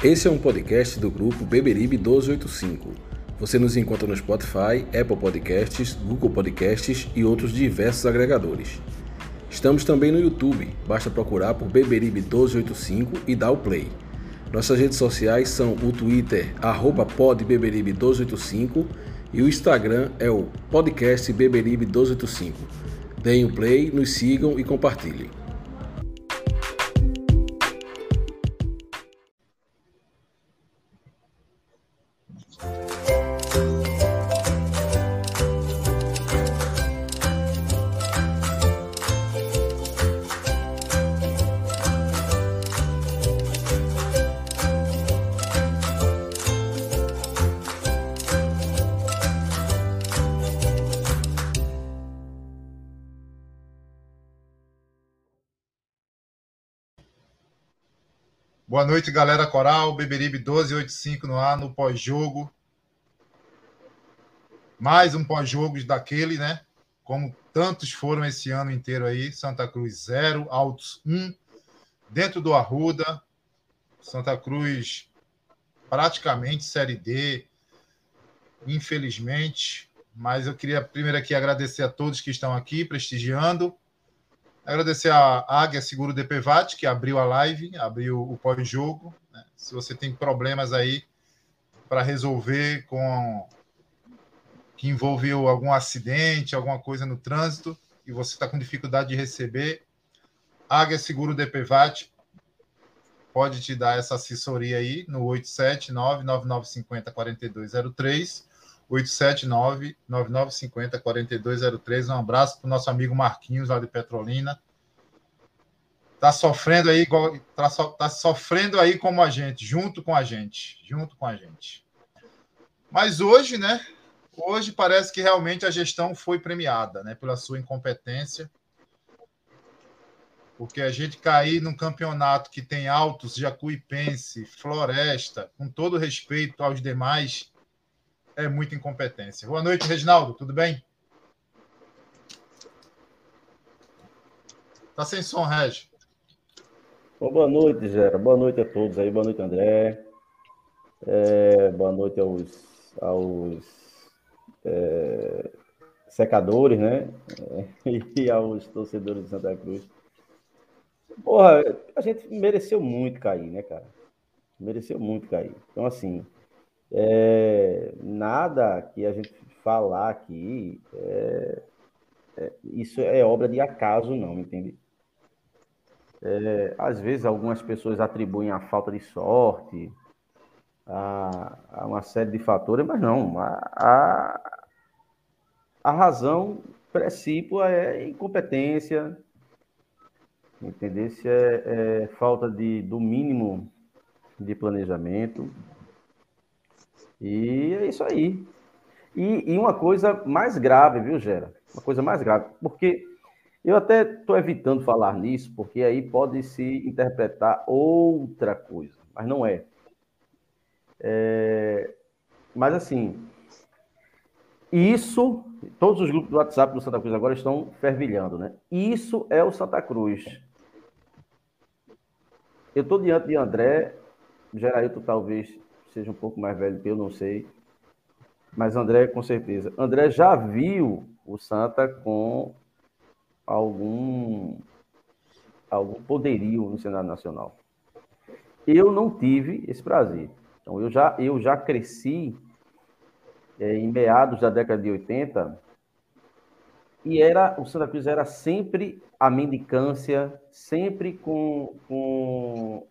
Esse é um podcast do grupo Beberibe 1285. Você nos encontra no Spotify, Apple Podcasts, Google Podcasts e outros diversos agregadores. Estamos também no YouTube, basta procurar por Beberibe 1285 e dar o play. Nossas redes sociais são o Twitter, @podbeberibe1285 e o Instagram é o podcast Beberibe 1285. Deem o play, nos sigam e compartilhem. Boa noite, galera coral. Beberibe 1285 no ar, no pós-jogo. Mais um pós-jogo daquele, né? Como tantos foram esse ano inteiro aí. Santa Cruz 0, Altos 1. Dentro do Arruda. Santa Cruz praticamente Série D. Infelizmente. Mas eu queria primeiro aqui agradecer a todos que estão aqui prestigiando. Agradecer a Águia Seguro DPVAT, que abriu a live, abriu o pós-jogo. Né? Se você tem problemas aí para resolver que envolveu algum acidente, alguma coisa no trânsito, e você está com dificuldade de receber, Águia Seguro DPVAT pode te dar essa assessoria aí no 879-9950-4203, 879-9950-4203. Um abraço para o nosso amigo Marquinhos, lá de Petrolina. Tá sofrendo aí como a gente, junto com a gente. Mas hoje, né? Hoje parece que realmente a gestão foi premiada, né? Pela sua incompetência. Porque a gente cair num campeonato que tem Altos, Jacuipense, Floresta, com todo respeito aos demais, é muita incompetência. Boa noite, Reginaldo. Tudo bem? Tá sem som, Regi. Boa noite, Gera. Boa noite a todos aí. Boa noite, André. Boa noite aos secadores, né? E aos torcedores de Santa Cruz. Porra, a gente mereceu muito cair, né, cara? Mereceu muito cair. Então, assim, nada que a gente falar aqui, isso é obra de acaso, não, entende? Às vezes, algumas pessoas atribuem a falta de sorte a uma série de fatores, mas não. A razão precípua é incompetência, entender se é falta do mínimo de planejamento. E é isso aí. E uma coisa mais grave, viu, Gera? Uma coisa mais grave, porque eu até estou evitando falar nisso, porque aí pode se interpretar outra coisa, mas não é. Mas, assim, isso, todos os grupos do WhatsApp do Santa Cruz agora estão fervilhando, né? Isso é o Santa Cruz. Eu estou diante de André, Gerailton talvez seja um pouco mais velho que eu, não sei, mas André, com certeza. André já viu o Santa com algum poderio no cenário nacional. Eu não tive esse prazer. Então, eu já cresci em meados da década de 80 e o Santa Cruz era sempre a mendicância, sempre com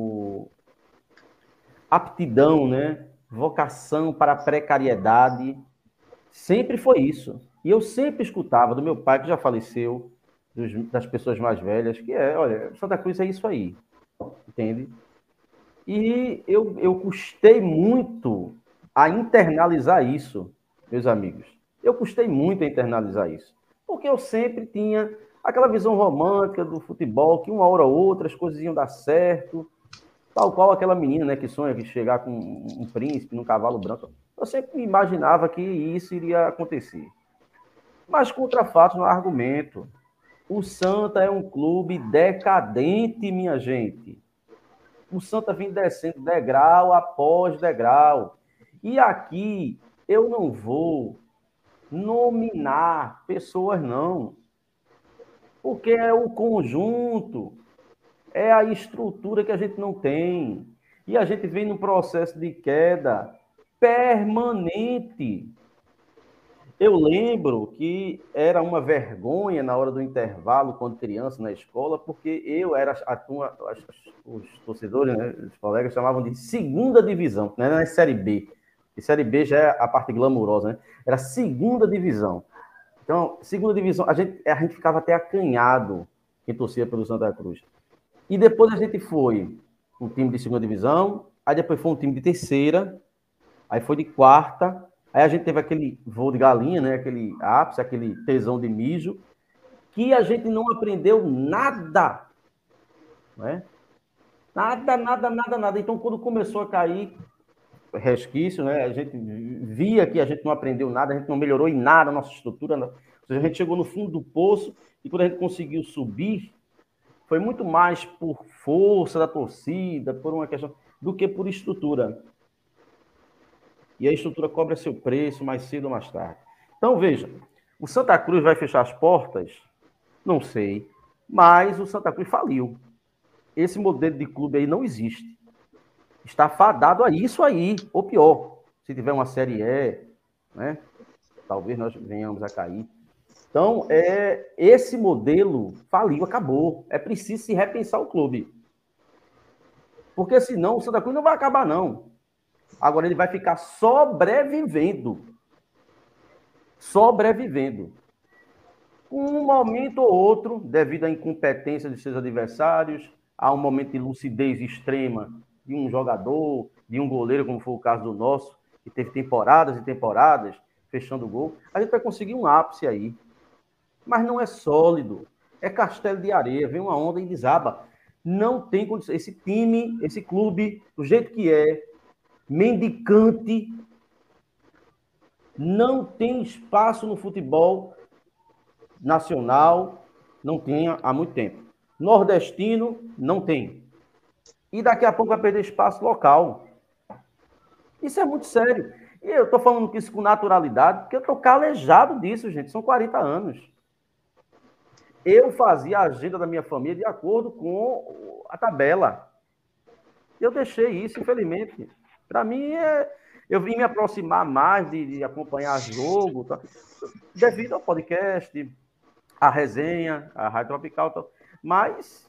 aptidão, né? Vocação para a precariedade. Sempre foi isso. E eu sempre escutava do meu pai, que já faleceu, das pessoas mais velhas, que olha, Santa Cruz é isso aí, entende? E eu custei muito a internalizar isso, meus amigos. Eu custei muito a internalizar isso, porque eu sempre tinha aquela visão romântica do futebol, que uma hora ou outra as coisas iam dar certo, tal qual aquela menina, né, que sonha de chegar com um príncipe num cavalo branco. Eu sempre imaginava que isso iria acontecer. Mas contra fatos não há argumento. O Santa é um clube decadente, minha gente. o Santa vem descendo degrau após degrau. E aqui eu não vou nominar pessoas, não. Porque é o conjunto, é a estrutura que a gente não tem. E a gente vem num processo de queda permanente. Eu lembro que era uma vergonha na hora do intervalo, quando criança, na escola, porque eu era a turma, os torcedores, né, os colegas chamavam de segunda divisão, não era Série B. E Série B já é a parte glamurosa, né? Era segunda divisão. Então, segunda divisão, a gente ficava até acanhado quem torcia pelo Santa Cruz. E depois a gente foi um time de segunda divisão, aí depois foi um time de terceira, aí foi de quarta, aí a gente teve aquele voo de galinha, né? Aquele ápice, aquele tesão de mijo, que a gente não aprendeu nada, né? Nada. Então, quando começou a cair resquício, né? A gente via que a gente não aprendeu nada, a gente não melhorou em nada a nossa estrutura, né? Ou seja, a gente chegou no fundo do poço e quando a gente conseguiu subir, foi muito mais por força da torcida, por uma questão, do que por estrutura. E a estrutura cobra seu preço mais cedo ou mais tarde. Então, veja, o Santa Cruz vai fechar as portas? Não sei. Mas o Santa Cruz faliu. Esse modelo de clube aí não existe. Está fadado a isso aí, ou pior, se tiver uma Série E, né, talvez nós venhamos a cair. Então, esse modelo faliu, acabou. É preciso se repensar o clube. Porque senão o Santa Cruz não vai acabar, não. Agora ele vai ficar sobrevivendo. Um momento ou outro, devido à incompetência de seus adversários, a um momento de lucidez extrema de um jogador, de um goleiro, como foi o caso do nosso, que teve temporadas e temporadas fechando o gol, a gente vai conseguir um ápice aí. Mas não é sólido. É castelo de areia, vem uma onda e desaba. Não tem condição. Esse time, esse clube, do jeito que é, mendicante, não tem espaço no futebol nacional, não tem há muito tempo. Nordestino, não tem. E daqui a pouco vai perder espaço local. Isso é muito sério. E eu estou falando isso com naturalidade, porque eu estou calejado disso, gente. São 40 anos. Eu fazia a agenda da minha família de acordo com a tabela. Eu deixei isso, infelizmente. Para mim, eu vim me aproximar mais de acompanhar jogo, tá? Devido ao podcast, à resenha, à Rádio Tropical. Tá? Mas,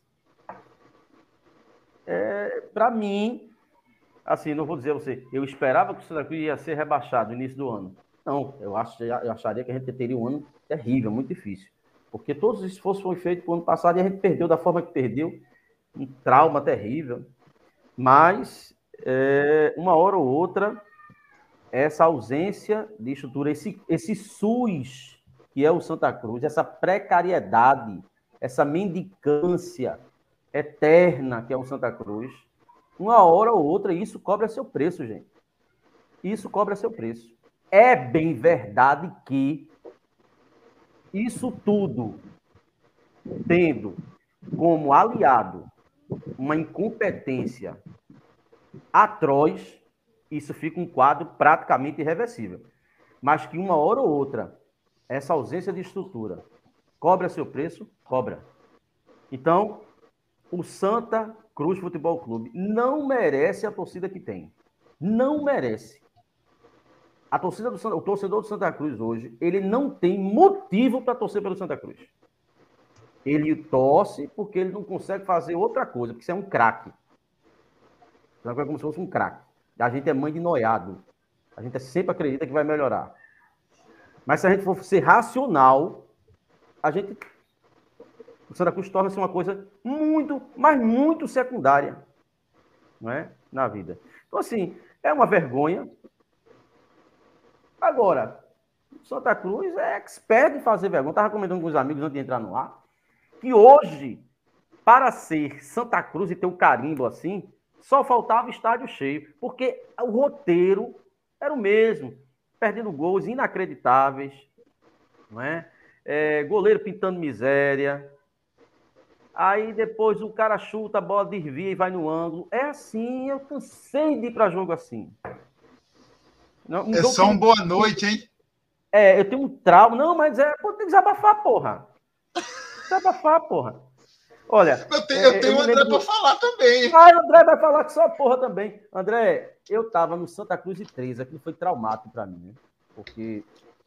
para mim, assim, não vou dizer a você, eu esperava que o Santa Cruz ia ser rebaixado no início do ano. Não, eu acharia que a gente teria um ano terrível, muito difícil. Porque todos os esforços foram feitos no ano passado e a gente perdeu da forma que perdeu. Um trauma terrível. Mas, uma hora ou outra, essa ausência de estrutura, esse SUS, que é o Santa Cruz, essa precariedade, essa mendicância eterna, que é o Santa Cruz, uma hora ou outra, isso cobra seu preço, gente. Isso cobra seu preço. É bem verdade que isso tudo tendo como aliado uma incompetência atroz, isso fica um quadro praticamente irreversível. Mas que uma hora ou outra, essa ausência de estrutura cobra seu preço? Cobra. Então, o Santa Cruz Futebol Clube não merece a torcida que tem. Não merece. A torcida o torcedor do Santa Cruz hoje, ele não tem motivo para torcer pelo Santa Cruz. Ele torce porque ele não consegue fazer outra coisa, porque isso é um craque. É como se fosse um craque. A gente é mãe de noiado. A gente sempre acredita que vai melhorar. Mas se a gente for ser racional, o Santa Cruz torna-se uma coisa muito, mas muito secundária, não é? Na vida. Então, assim, é uma vergonha. Agora, o Santa Cruz é expert em fazer vergonha. Eu estava comentando com os amigos antes de entrar no ar, que hoje, para ser Santa Cruz e ter um carimbo assim, só faltava estádio cheio, porque o roteiro era o mesmo, perdendo gols inacreditáveis, não é? Goleiro pintando miséria, Aí depois o cara chuta, a bola desvia e vai no ângulo. É assim, eu cansei de ir para jogo assim. É só um boa noite, hein? Eu tenho um trauma. Não, mas tem que desabafar, porra. Desabafar, porra. Olha, eu tenho o André para falar também. Ah, o André vai falar que só porra também. André, eu tava no Santa Cruz de 13, aquilo foi traumático para mim, né? Porque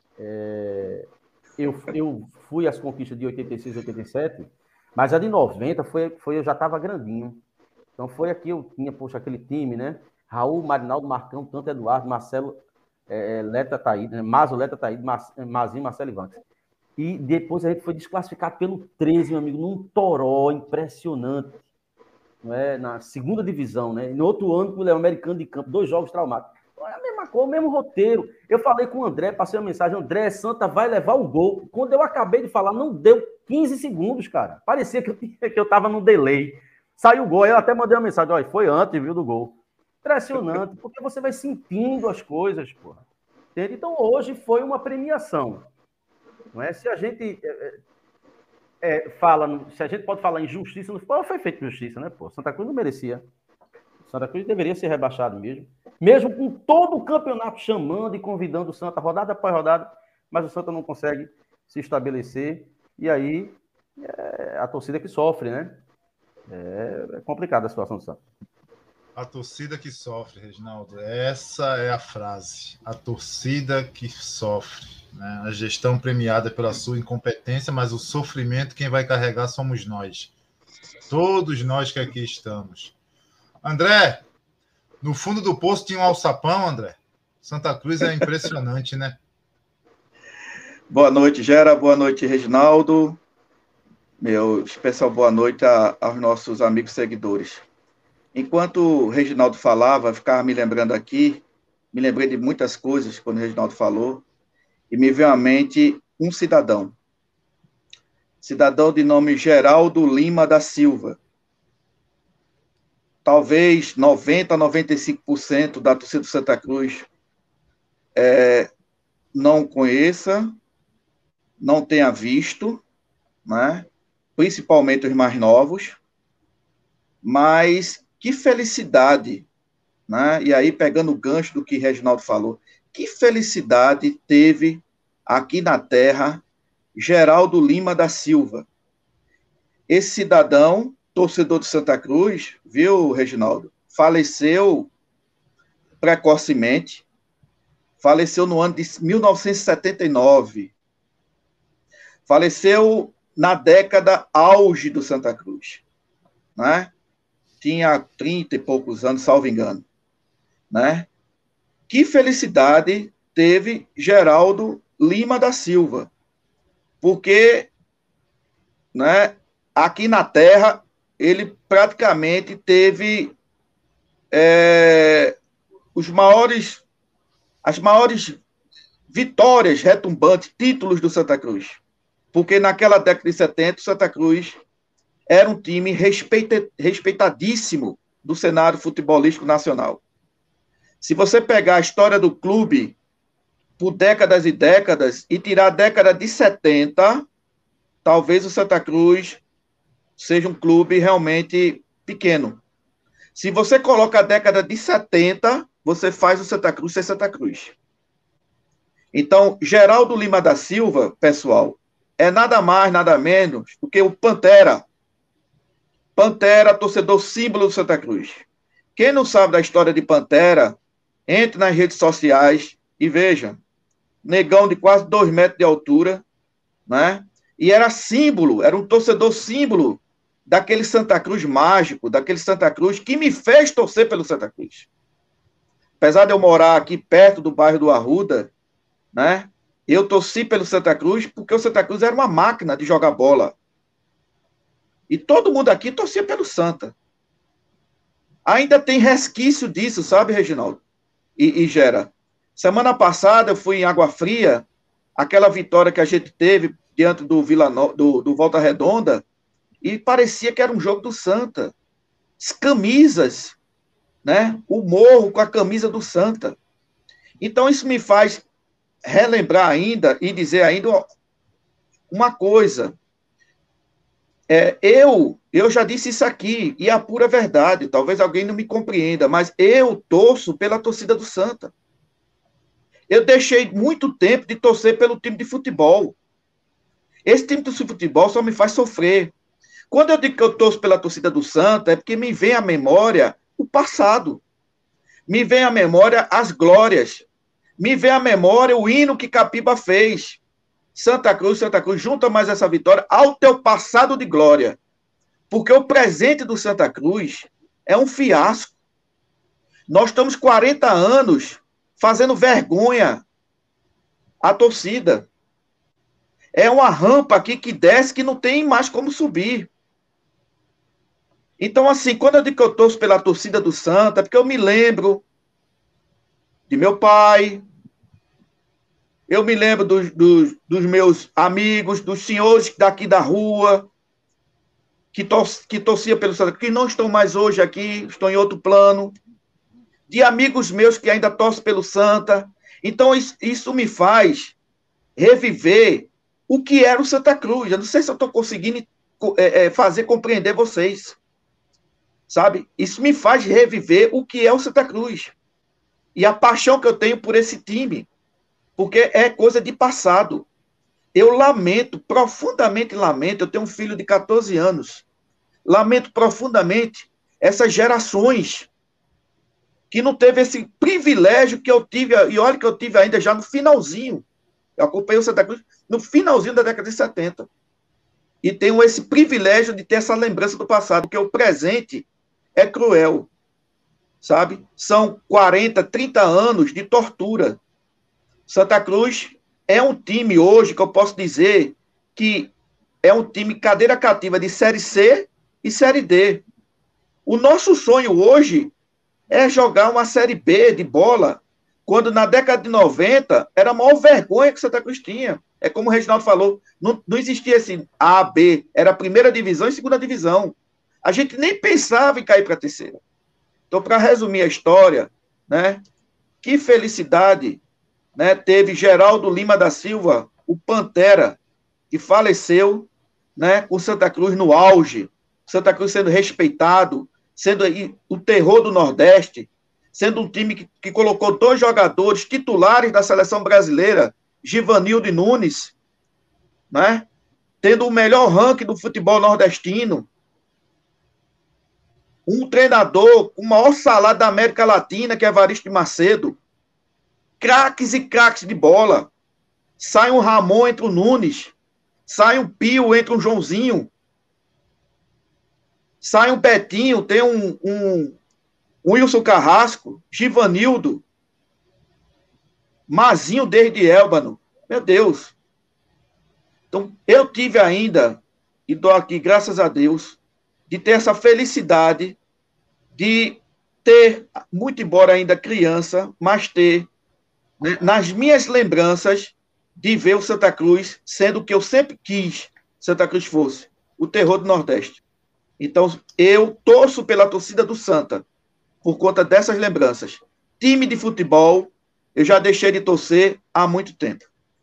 eu fui às conquistas de 86, 87, mas a de 90 eu já tava grandinho. Então foi aqui, eu tinha, poxa, aquele time, né? Raul, Marinaldo, Marcão, Tanto Eduardo, Marcelo, Leta Taíde, né? Mazo, Leta Taíde, Mazinho, Marcelo e Vanques. E depois a gente foi desclassificado pelo 13, meu amigo, num toró impressionante. Não é? Na segunda divisão, né? E no outro ano, com o Leão Americano de Campo, 2 jogos traumáticos. É a mesma coisa, o mesmo roteiro. Eu falei com o André, passei uma mensagem, André, Santa vai levar o gol. Quando eu acabei de falar, não deu 15 segundos, cara. Parecia que eu tava no delay. Saiu o gol, eu até mandei uma mensagem, olha, foi antes, viu, do gol. Impressionante, porque você vai sentindo as coisas, porra. Entende? Então, hoje foi uma premiação. Não é? Se a gente se a gente pode falar em justiça, não foi feito justiça, né, pô? Santa Cruz não merecia. Santa Cruz deveria ser rebaixado mesmo. Mesmo com todo o campeonato chamando e convidando o Santa, rodada após rodada, mas o Santa não consegue se estabelecer. E aí, a torcida que sofre, né? É complicada a situação do Santa. A torcida que sofre, Reginaldo. Essa é a frase. A torcida que sofre. Né? A gestão premiada pela sua incompetência, mas o sofrimento quem vai carregar somos nós. Todos nós que aqui estamos. André, no fundo do poço tinha um alçapão, André. Santa Cruz é impressionante, né? Boa noite, Gera. Boa noite, Reginaldo. Meu especial boa noite aos nossos amigos seguidores. Enquanto o Reginaldo falava, ficava me lembrando aqui, me lembrei de muitas coisas quando o Reginaldo falou, e me veio à mente um cidadão de nome Geraldo Lima da Silva. Talvez 90% a 95% da torcida do Santa Cruz não conheça, não tenha visto, né? Principalmente os mais novos, mas que felicidade, né? E aí, pegando o gancho do que Reginaldo falou, que felicidade teve aqui na terra Geraldo Lima da Silva. Esse cidadão, torcedor de Santa Cruz, viu, Reginaldo? Faleceu precocemente, faleceu no ano de 1979. Faleceu na década auge do Santa Cruz, né? Tinha 30 e poucos anos, salvo engano, né? Que felicidade teve Geraldo Lima da Silva, porque, né, aqui na Terra ele praticamente teve as maiores vitórias retumbantes, títulos do Santa Cruz, porque naquela década de 70 o Santa Cruz era um time respeitadíssimo do cenário futebolístico nacional. Se você pegar a história do clube por décadas e décadas e tirar a década de 70, talvez o Santa Cruz seja um clube realmente pequeno. Se você coloca a década de 70, você faz o Santa Cruz ser Santa Cruz. Então, Geraldo Lima da Silva, pessoal, é nada mais, nada menos do que o Pantera. Pantera, torcedor símbolo do Santa Cruz. Quem não sabe da história de Pantera, entre nas redes sociais e veja. Negão de quase 2 metros de altura, né? E era símbolo, era um torcedor símbolo daquele Santa Cruz mágico, daquele Santa Cruz que me fez torcer pelo Santa Cruz. Apesar de eu morar aqui perto do bairro do Arruda, né? Eu torci pelo Santa Cruz porque o Santa Cruz era uma máquina de jogar bola. E todo mundo aqui torcia pelo Santa. Ainda tem resquício disso, sabe, Reginaldo? E Gera. Semana passada eu fui em Água Fria, aquela vitória que a gente teve diante do do Volta Redonda, e parecia que era um jogo do Santa. As camisas, né? O morro com a camisa do Santa. Então isso me faz relembrar ainda e dizer ainda uma coisa. Eu já disse isso aqui, e é a pura verdade. Talvez alguém não me compreenda, mas eu torço pela torcida do Santa. Eu deixei muito tempo de torcer pelo time de futebol. Esse time de futebol só me faz sofrer. Quando eu digo que eu torço pela torcida do Santa, é porque me vem à memória o passado. Me vem à memória as glórias. Me vem à memória o hino que Capiba fez. Santa Cruz, junta mais essa vitória ao teu passado de glória. Porque o presente do Santa Cruz é um fiasco. Nós estamos 40 anos fazendo vergonha à torcida. É uma rampa aqui que desce que não tem mais como subir. Então, assim, quando eu digo que eu torço pela torcida do Santa, é porque eu me lembro de meu pai, eu me lembro dos meus amigos, dos senhores daqui da rua, que torciam pelo Santa Cruz, que não estão mais hoje aqui, estão em outro plano, de amigos meus que ainda torcem pelo Santa. Então, isso me faz reviver o que era o Santa Cruz. Eu não sei se eu estou conseguindo fazer compreender vocês. Sabe? Isso me faz reviver o que é o Santa Cruz. E a paixão que eu tenho por esse time. Porque é coisa de passado. Eu lamento, profundamente lamento, eu tenho um filho de 14 anos. Lamento profundamente essas gerações que não teve esse privilégio que eu tive, e olha que eu tive ainda já no finalzinho. Eu acompanhei o Santa Cruz no finalzinho da década de 70. E tenho esse privilégio de ter essa lembrança do passado, porque o presente é cruel, sabe? São 40, 30 anos de tortura. Santa Cruz é um time hoje que eu posso dizer que é um time cadeira cativa de Série C e Série D. O nosso sonho hoje é jogar uma Série B de bola, quando na década de 90 era a maior vergonha que Santa Cruz tinha. É como o Reginaldo falou, não existia assim A, B, era a primeira divisão e segunda divisão. A gente nem pensava em cair para a terceira. Então, para resumir a história, né, que felicidade, né, teve Geraldo Lima da Silva, o Pantera, que faleceu, né, com Santa Cruz no auge, Santa Cruz sendo respeitado, sendo aí o terror do Nordeste, sendo um time que colocou 2 jogadores titulares da seleção brasileira, Givanildo e Nunes, né, tendo o melhor ranking do futebol nordestino, um treinador com o maior salário da América Latina, que é Evaristo de Macedo, craques e craques de bola, sai um Ramon entre o Nunes, sai um Pio entre um Joãozinho, sai um Betinho, tem um Wilson Carrasco, Givanildo, Mazinho desde Élbano. Meu Deus. Então, eu tive ainda, e dou aqui graças a Deus, de ter essa felicidade de ter, muito embora ainda criança, mas ter, né, nas minhas lembranças, de ver o Santa Cruz sendo o que eu sempre quis Santa Cruz fosse, o terror do Nordeste. Então, eu torço pela torcida do Santa, por conta dessas lembranças. Time de futebol, eu já deixei de torcer há muito tempo.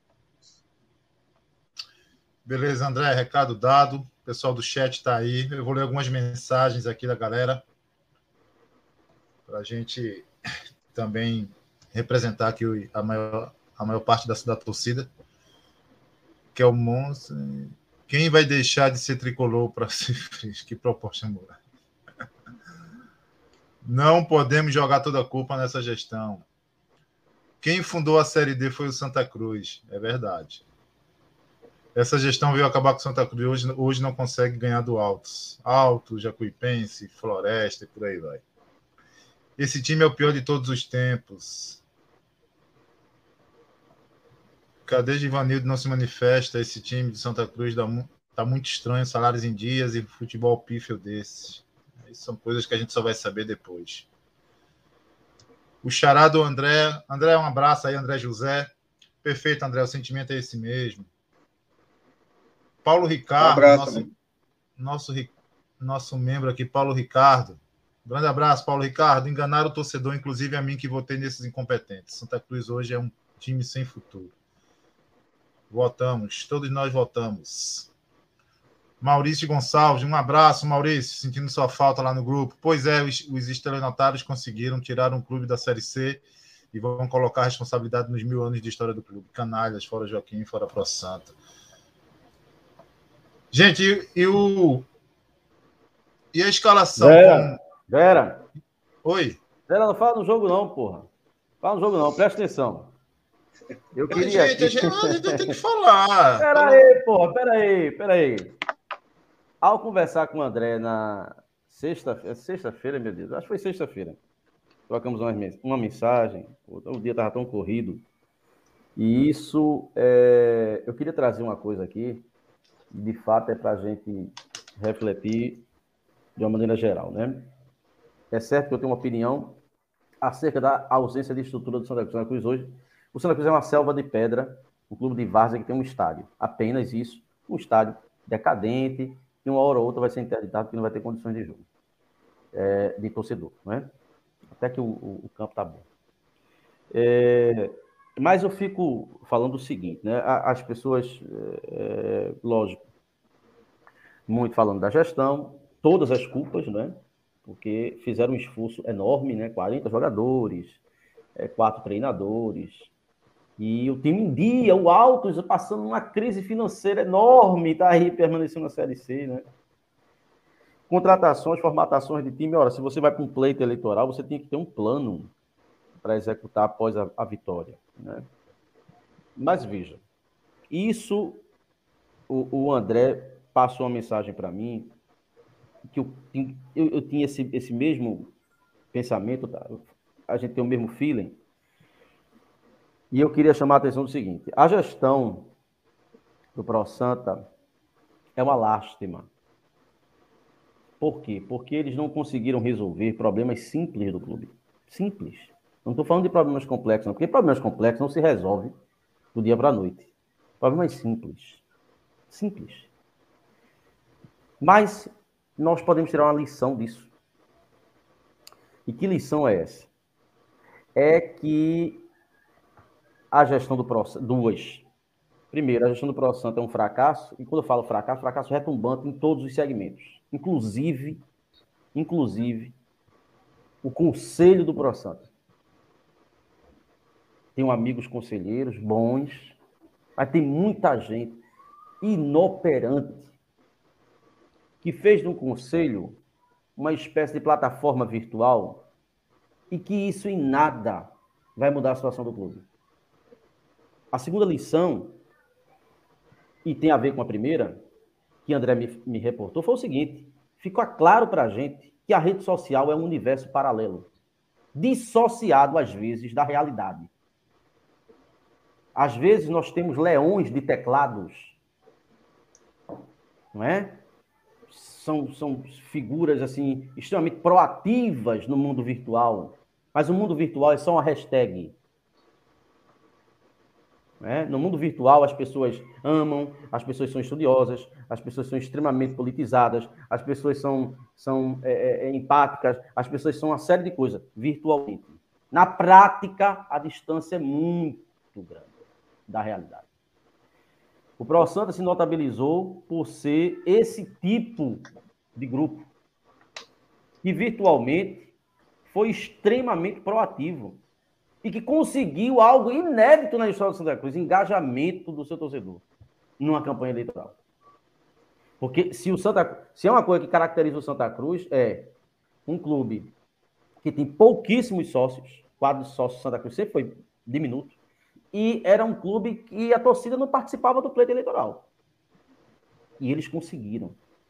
Beleza, André, recado dado. O pessoal do chat está aí. Eu vou ler algumas mensagens aqui da galera para a gente também representar aqui a maior parte da torcida, que é o Monstro. Quem vai deixar de ser tricolor para ser fresco? Que proposta moral. Não podemos jogar toda a culpa nessa gestão. Quem fundou a Série D foi o Santa Cruz. É verdade. Essa gestão veio acabar com o Santa Cruz. Hoje não consegue ganhar do Altos. Altos, Jacuipense, Floresta e por aí vai. Esse time é o pior de todos os tempos. Cadê Givanildo? Não se manifesta. Esse time de Santa Cruz está muito estranho. Salários em dias e futebol pífio desses. Isso são coisas que a gente só vai saber depois. O xará do André. André, um abraço aí, André José. Perfeito, André. O sentimento é esse mesmo. Paulo Ricardo, Um abraço, nosso membro aqui, Paulo Ricardo. Grande abraço, Paulo Ricardo. Enganaram o torcedor, inclusive a mim, que votei nesses incompetentes. Santa Cruz hoje é um time sem futuro. Votamos, todos nós votamos. Maurício Gonçalves, um abraço, Maurício, sentindo sua falta lá no grupo. Pois é, os estelionatários conseguiram tirar um clube da Série C e vão colocar a responsabilidade nos 1000 anos de história do clube. Canalhas, fora Joaquim, fora Pro Santa. Gente, e a escalação? Vera. Oi? Vera, não fala no jogo não, porra. Fala no jogo não, presta atenção. Eu queria... Gente, a gente tem que falar. Pera aí. Ao conversar com o André na sexta-feira, meu Deus, acho que foi sexta-feira, trocamos uma mensagem, o dia estava tão corrido, e isso, eu queria trazer uma coisa aqui, de fato é para a gente refletir de uma maneira geral, né? É certo que eu tenho uma opinião acerca da ausência de estrutura do Santa Cruz hoje. O Santa Cruz é uma selva de pedra, um clube de várzea que tem um estádio, apenas isso, um estádio decadente, e uma hora ou outra vai ser interditado porque não vai ter condições de jogo, de torcedor, não é? Até que o campo está bom. Mas eu fico falando o seguinte, né? As pessoas, lógico, muito falando da gestão, todas as culpas, né? Porque fizeram um esforço enorme, né? 40 jogadores, 4 treinadores, e o time em dia, o Altos passando uma crise financeira enorme, está aí permanecendo na Série C, né? Contratações, formatações de time. Ora, se você vai para um pleito eleitoral, você tem que ter um plano para executar após a vitória, né? Mas veja, isso, o André passou uma mensagem para mim, que eu tinha esse mesmo pensamento, tá? A gente tem o mesmo feeling. E eu queria chamar a atenção do seguinte: a gestão do Pro Santa é uma lástima. Por quê? Porque eles não conseguiram resolver problemas simples do clube. Simples. Não estou falando de problemas complexos, não, porque problemas complexos não se resolvem do dia para a noite. Problemas simples. Simples. Mas nós podemos tirar uma lição disso. E que lição é essa? É que a gestão do Pro Santa, primeiro, a gestão do Pro Santa é um fracasso, e quando eu falo fracasso retumbante em todos os segmentos, inclusive o conselho do Pro Santa. Tenho amigos conselheiros bons, mas tem muita gente inoperante que fez do conselho uma espécie de plataforma virtual e que isso em nada vai mudar a situação do clube. A segunda lição, e tem a ver com a primeira, que André me reportou, foi o seguinte: ficou claro para a gente que a rede social é um universo paralelo, dissociado, às vezes, da realidade. Às vezes, nós temos leões de teclados, não é? São figuras, assim, extremamente proativas no mundo virtual, mas o mundo virtual é só uma hashtag. No mundo virtual, as pessoas amam, as pessoas são estudiosas, as pessoas são extremamente politizadas, as pessoas são empáticas, as pessoas são uma série de coisas, virtualmente. Na prática, a distância é muito grande da realidade. O Pro Santa se notabilizou por ser esse tipo de grupo, que virtualmente foi extremamente proativo, e que conseguiu algo inédito na história do Santa Cruz, engajamento do seu torcedor numa campanha eleitoral. Porque se é uma coisa que caracteriza o Santa Cruz, é um clube que tem pouquíssimos sócios, o quadro de sócios do Santa Cruz sempre foi diminuto, e era um clube que a torcida não participava do pleito eleitoral. E eles conseguiram.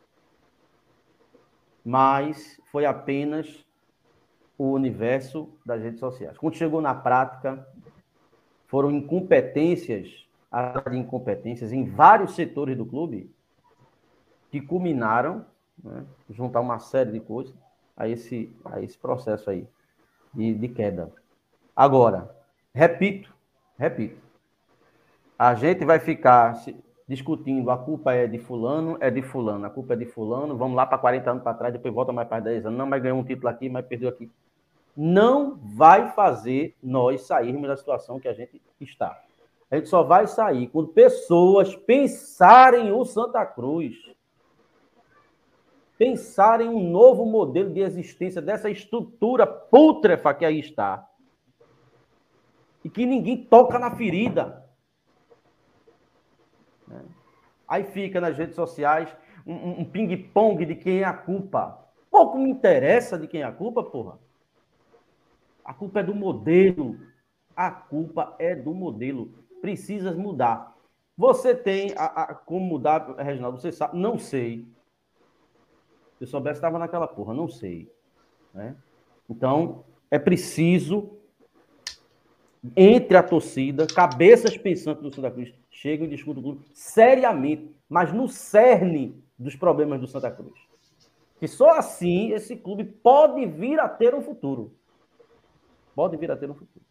Mas foi apenas o universo das redes sociais. Quando chegou na prática, foram incompetências em vários setores do clube que culminaram, né, juntar uma série de coisas a esse processo aí de queda. Agora, repito, a gente vai ficar discutindo, a culpa é de fulano, a culpa é de fulano, vamos lá para 40 anos para trás, depois volta mais para 10 anos, não, mas ganhou um título aqui, mas perdeu aqui. Não vai fazer nós sairmos da situação que a gente está. A gente só vai sair quando pessoas pensarem o Santa Cruz pensar em um novo modelo de existência dessa estrutura pútrefa que aí está. E que ninguém toca na ferida. Aí fica nas redes sociais um ping-pong de quem é a culpa. Pouco me interessa de quem é a culpa, porra. A culpa é do modelo. A culpa é do modelo. Precisa mudar. Você tem como mudar, Reginaldo? Você sabe? Não sei. Se eu soubesse, estava naquela porra. Não sei. Né? Então, é preciso, entre a torcida, cabeças pensantes do Santa Cruz, cheguem e discutam o clube seriamente, mas no cerne dos problemas do Santa Cruz. Que só assim esse clube pode vir a ter um futuro. Pode vir a ter um futuro.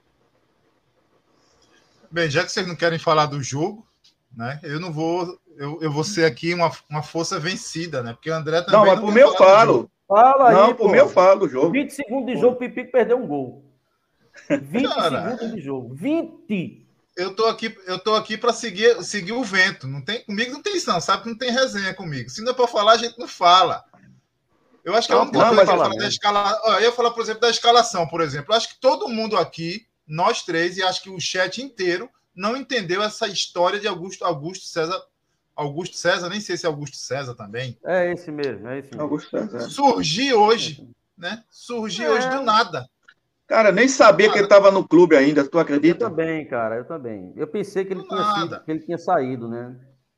Bem, já que vocês não querem falar do jogo, né? Eu não vou. Eu vou ser aqui uma força vencida, né? Porque o André também. Não, mas por mim eu falo. Fala aí. Não, por mim eu falo do jogo. 20 segundos de jogo, o Pipico perdeu um gol. 20 segundos de jogo. 20! Eu tô aqui para seguir o vento. Comigo não tem isso, não. Sabe que não tem resenha comigo. Se não é para falar, a gente não fala. Eu acho que a única coisa que eu ia falar da escalação. Eu ia falar, por exemplo, da escalação, por exemplo. Eu acho que todo mundo aqui, nós três, e acho que o chat inteiro, não entendeu essa história de Augusto César, nem sei se é Augusto César também. É esse mesmo. Augusto César. Surgiu hoje, né? Surgiu hoje do nada. Cara, nem sabia que ele estava no clube ainda, tu acredita? Eu também, cara, eu também. Eu pensei que ele tinha saído, né?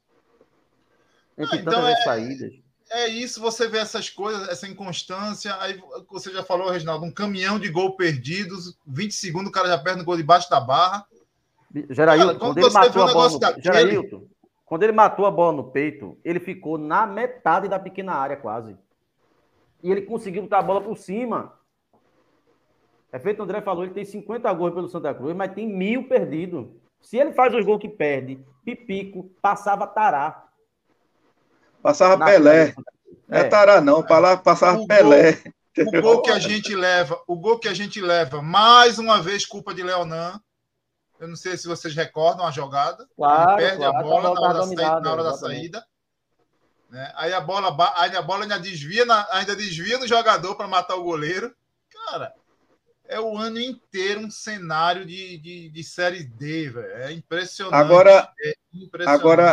Entre tantas saídas. É isso, você vê essas coisas, essa inconstância. Aí você já falou, Reginaldo, um caminhão de gol perdidos, 20 segundos, o cara já perde o gol debaixo da barra. Gerailton, quando ele matou a bola no... Gerailton, quando ele matou a bola no peito, ele ficou na metade da pequena área, quase. E ele conseguiu botar a bola por cima. É feito o André falou, ele tem 50 gols pelo Santa Cruz, mas tem 1000 perdidos. Se ele faz os gols que perde, Pipico passava Tará. Passava Pelé. Não é Tará, não. Passava Pelé. O gol que a gente leva, mais uma vez, culpa de Leonan. Eu não sei se vocês recordam a jogada. Claro, ele perde a bola na hora da saída. Né? Aí a bola ainda desvia no jogador para matar o goleiro. Cara, é o ano inteiro um cenário de Série D, velho. É impressionante. Agora,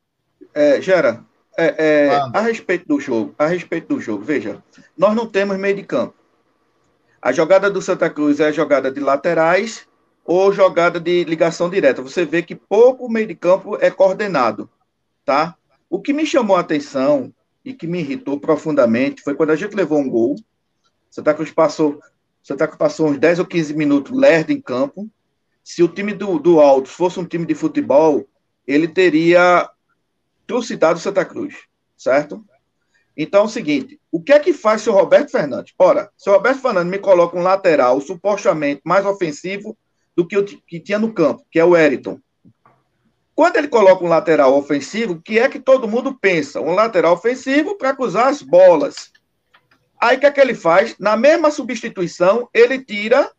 Gera, a respeito do jogo, veja, nós não temos meio de campo. A jogada do Santa Cruz é a jogada de laterais ou jogada de ligação direta. Você vê que pouco meio de campo é coordenado, tá? O que me chamou a atenção e que me irritou profundamente foi quando a gente levou um gol. Santa Cruz passou uns 10 ou 15 minutos lerdo em campo. Se o time do Altos fosse um time de futebol, ele teria trucidado o Santa Cruz, certo? Então é o seguinte, o que é que faz o seu Roberto Fernandes? Ora, o seu Roberto Fernandes me coloca um lateral supostamente mais ofensivo do que o que tinha no campo, que é o Wellington. Quando ele coloca um lateral ofensivo, o que é que todo mundo pensa? Um lateral ofensivo para cruzar as bolas. Aí o que é que ele faz? Na mesma substituição, ele tira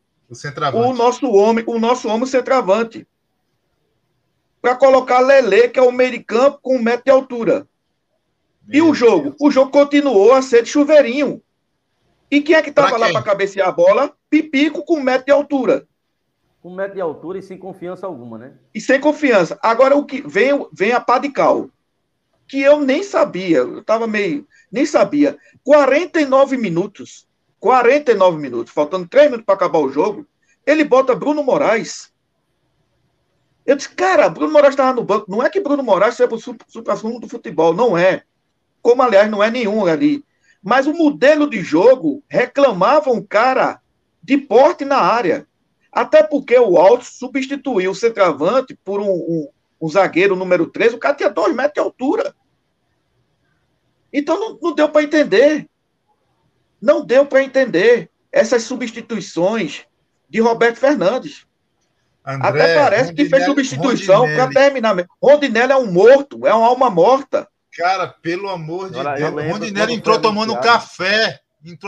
o nosso homem centroavante. Para colocar Lelê, que é o meio de campo, com 1 metro de altura. E o jogo? O jogo continuou a ser de chuveirinho. E quem é que estava lá para cabecear a bola? Pipico com 1 metro de altura. Com 1 metro de altura e sem confiança alguma, né? E sem confiança. Agora, o que vem a pá de cal, que eu nem sabia, nem sabia. 49 minutos, faltando 3 minutos para acabar o jogo, ele bota Bruno Moraes. Eu disse, cara, Bruno Moraes estava no banco. Não é que Bruno Moraes seja o supra-sumo do futebol, não é. Como, aliás, não é nenhum ali. Mas o modelo de jogo reclamava um cara de porte na área. Até porque o Altos substituiu o centroavante por um zagueiro número 3, o cara tinha 2 metros de altura. Então não deu para entender. Não deu para entender essas substituições de Roberto Fernandes. André, até parece que fez substituição para terminar. Rondinelli é um morto, é uma alma morta. Cara, pelo amor de Deus. Rondinelli entrou tomando café.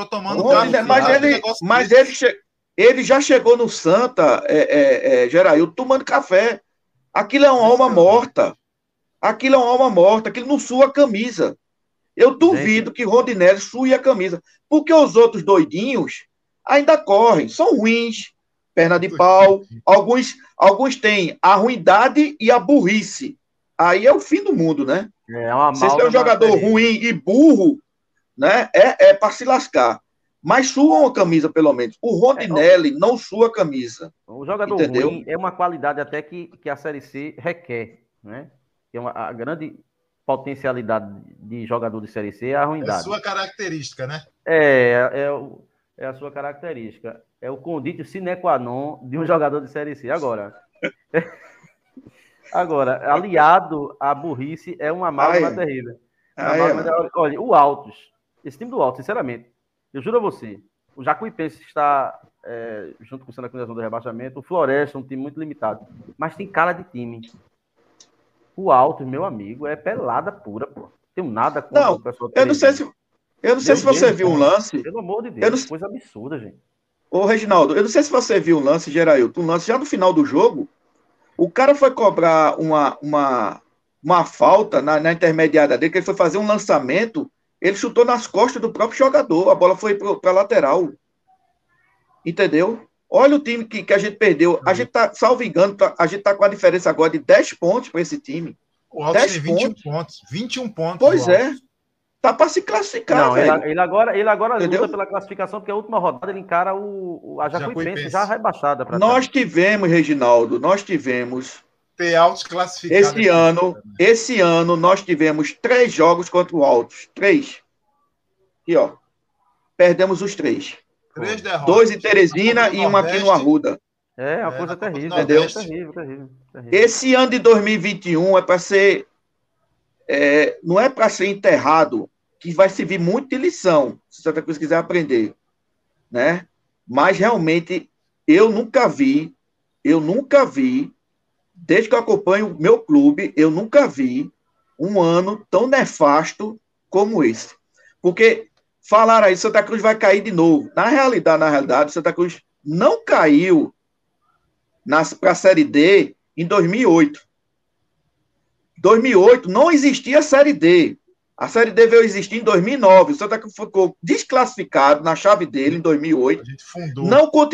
Mas ele já chegou no Santa, Geraildo, tomando café. Aquilo é uma alma morta. Aquilo não sua a camisa. Eu duvido que Rondinelli sue a camisa, porque os outros doidinhos ainda correm, são ruins, perna de pau, alguns têm a ruindade e a burrice. Aí é o fim do mundo, né? Se você é um jogador ruim e burro, né? É para se lascar. Mas suam a camisa, pelo menos. O Rondinelli não sua a camisa. O jogador ruim é uma qualidade até que a Série C requer, né? A grande potencialidade de jogador de Série C é a ruindade. É a sua característica, né? É a sua característica. É o conditio sine qua non de um jogador de Série C. Agora, aliado à burrice, é uma amálgama terrível. Olha, o Altos, esse time do Altos, sinceramente, eu juro a você, o Jacuipense está junto com o Santa Cruz do rebaixamento, o Floresta é um time muito limitado, mas tem cara de time. O Altos, meu amigo, é pelada pura, pô. Tenho nada contra o pessoal. Eu não sei se você viu um lance. Pelo amor de Deus, coisa absurda, gente. Ô, Reginaldo, eu não sei se você viu um lance, Gerailton, um lance já no final do jogo. O cara foi cobrar uma falta na intermediária dele, que ele foi fazer um lançamento, ele chutou nas costas do próprio jogador, a bola foi para a lateral. Entendeu? Olha o time que a gente perdeu. A gente tá, salvo engano, a gente tá com a diferença agora de 10 pontos para esse time. O Altos tem 21 pontos. 21 pontos. Pois é. Tá para se classificar, não, velho. Ele agora luta pela classificação, porque a última rodada ele encara a Jacuipense já rebaixada. Nós tivemos, Reginaldo, ter Altos classificados. Esse ano nós tivemos 3 jogos contra o Altos. 3. Aqui, ó. Perdemos os 3. 3 derrotas. 2 em Teresina e 1 aqui no Arruda. É uma coisa terrível. Entendeu? Terrível. Esse ano de 2021 é para ser... não é para ser enterrado, que vai servir muito de lição, se Santa Cruz quiser aprender, né? Mas realmente eu nunca vi, desde que eu acompanho o meu clube, eu nunca vi um ano tão nefasto como esse. Porque falaram aí, Santa Cruz vai cair de novo. Na realidade, Santa Cruz não caiu para a Série D em 2008. 2008 não existia a Série D. A Série D veio existir em 2009. O Santa Cruz ficou desclassificado na chave dele em 2008. A gente fundou.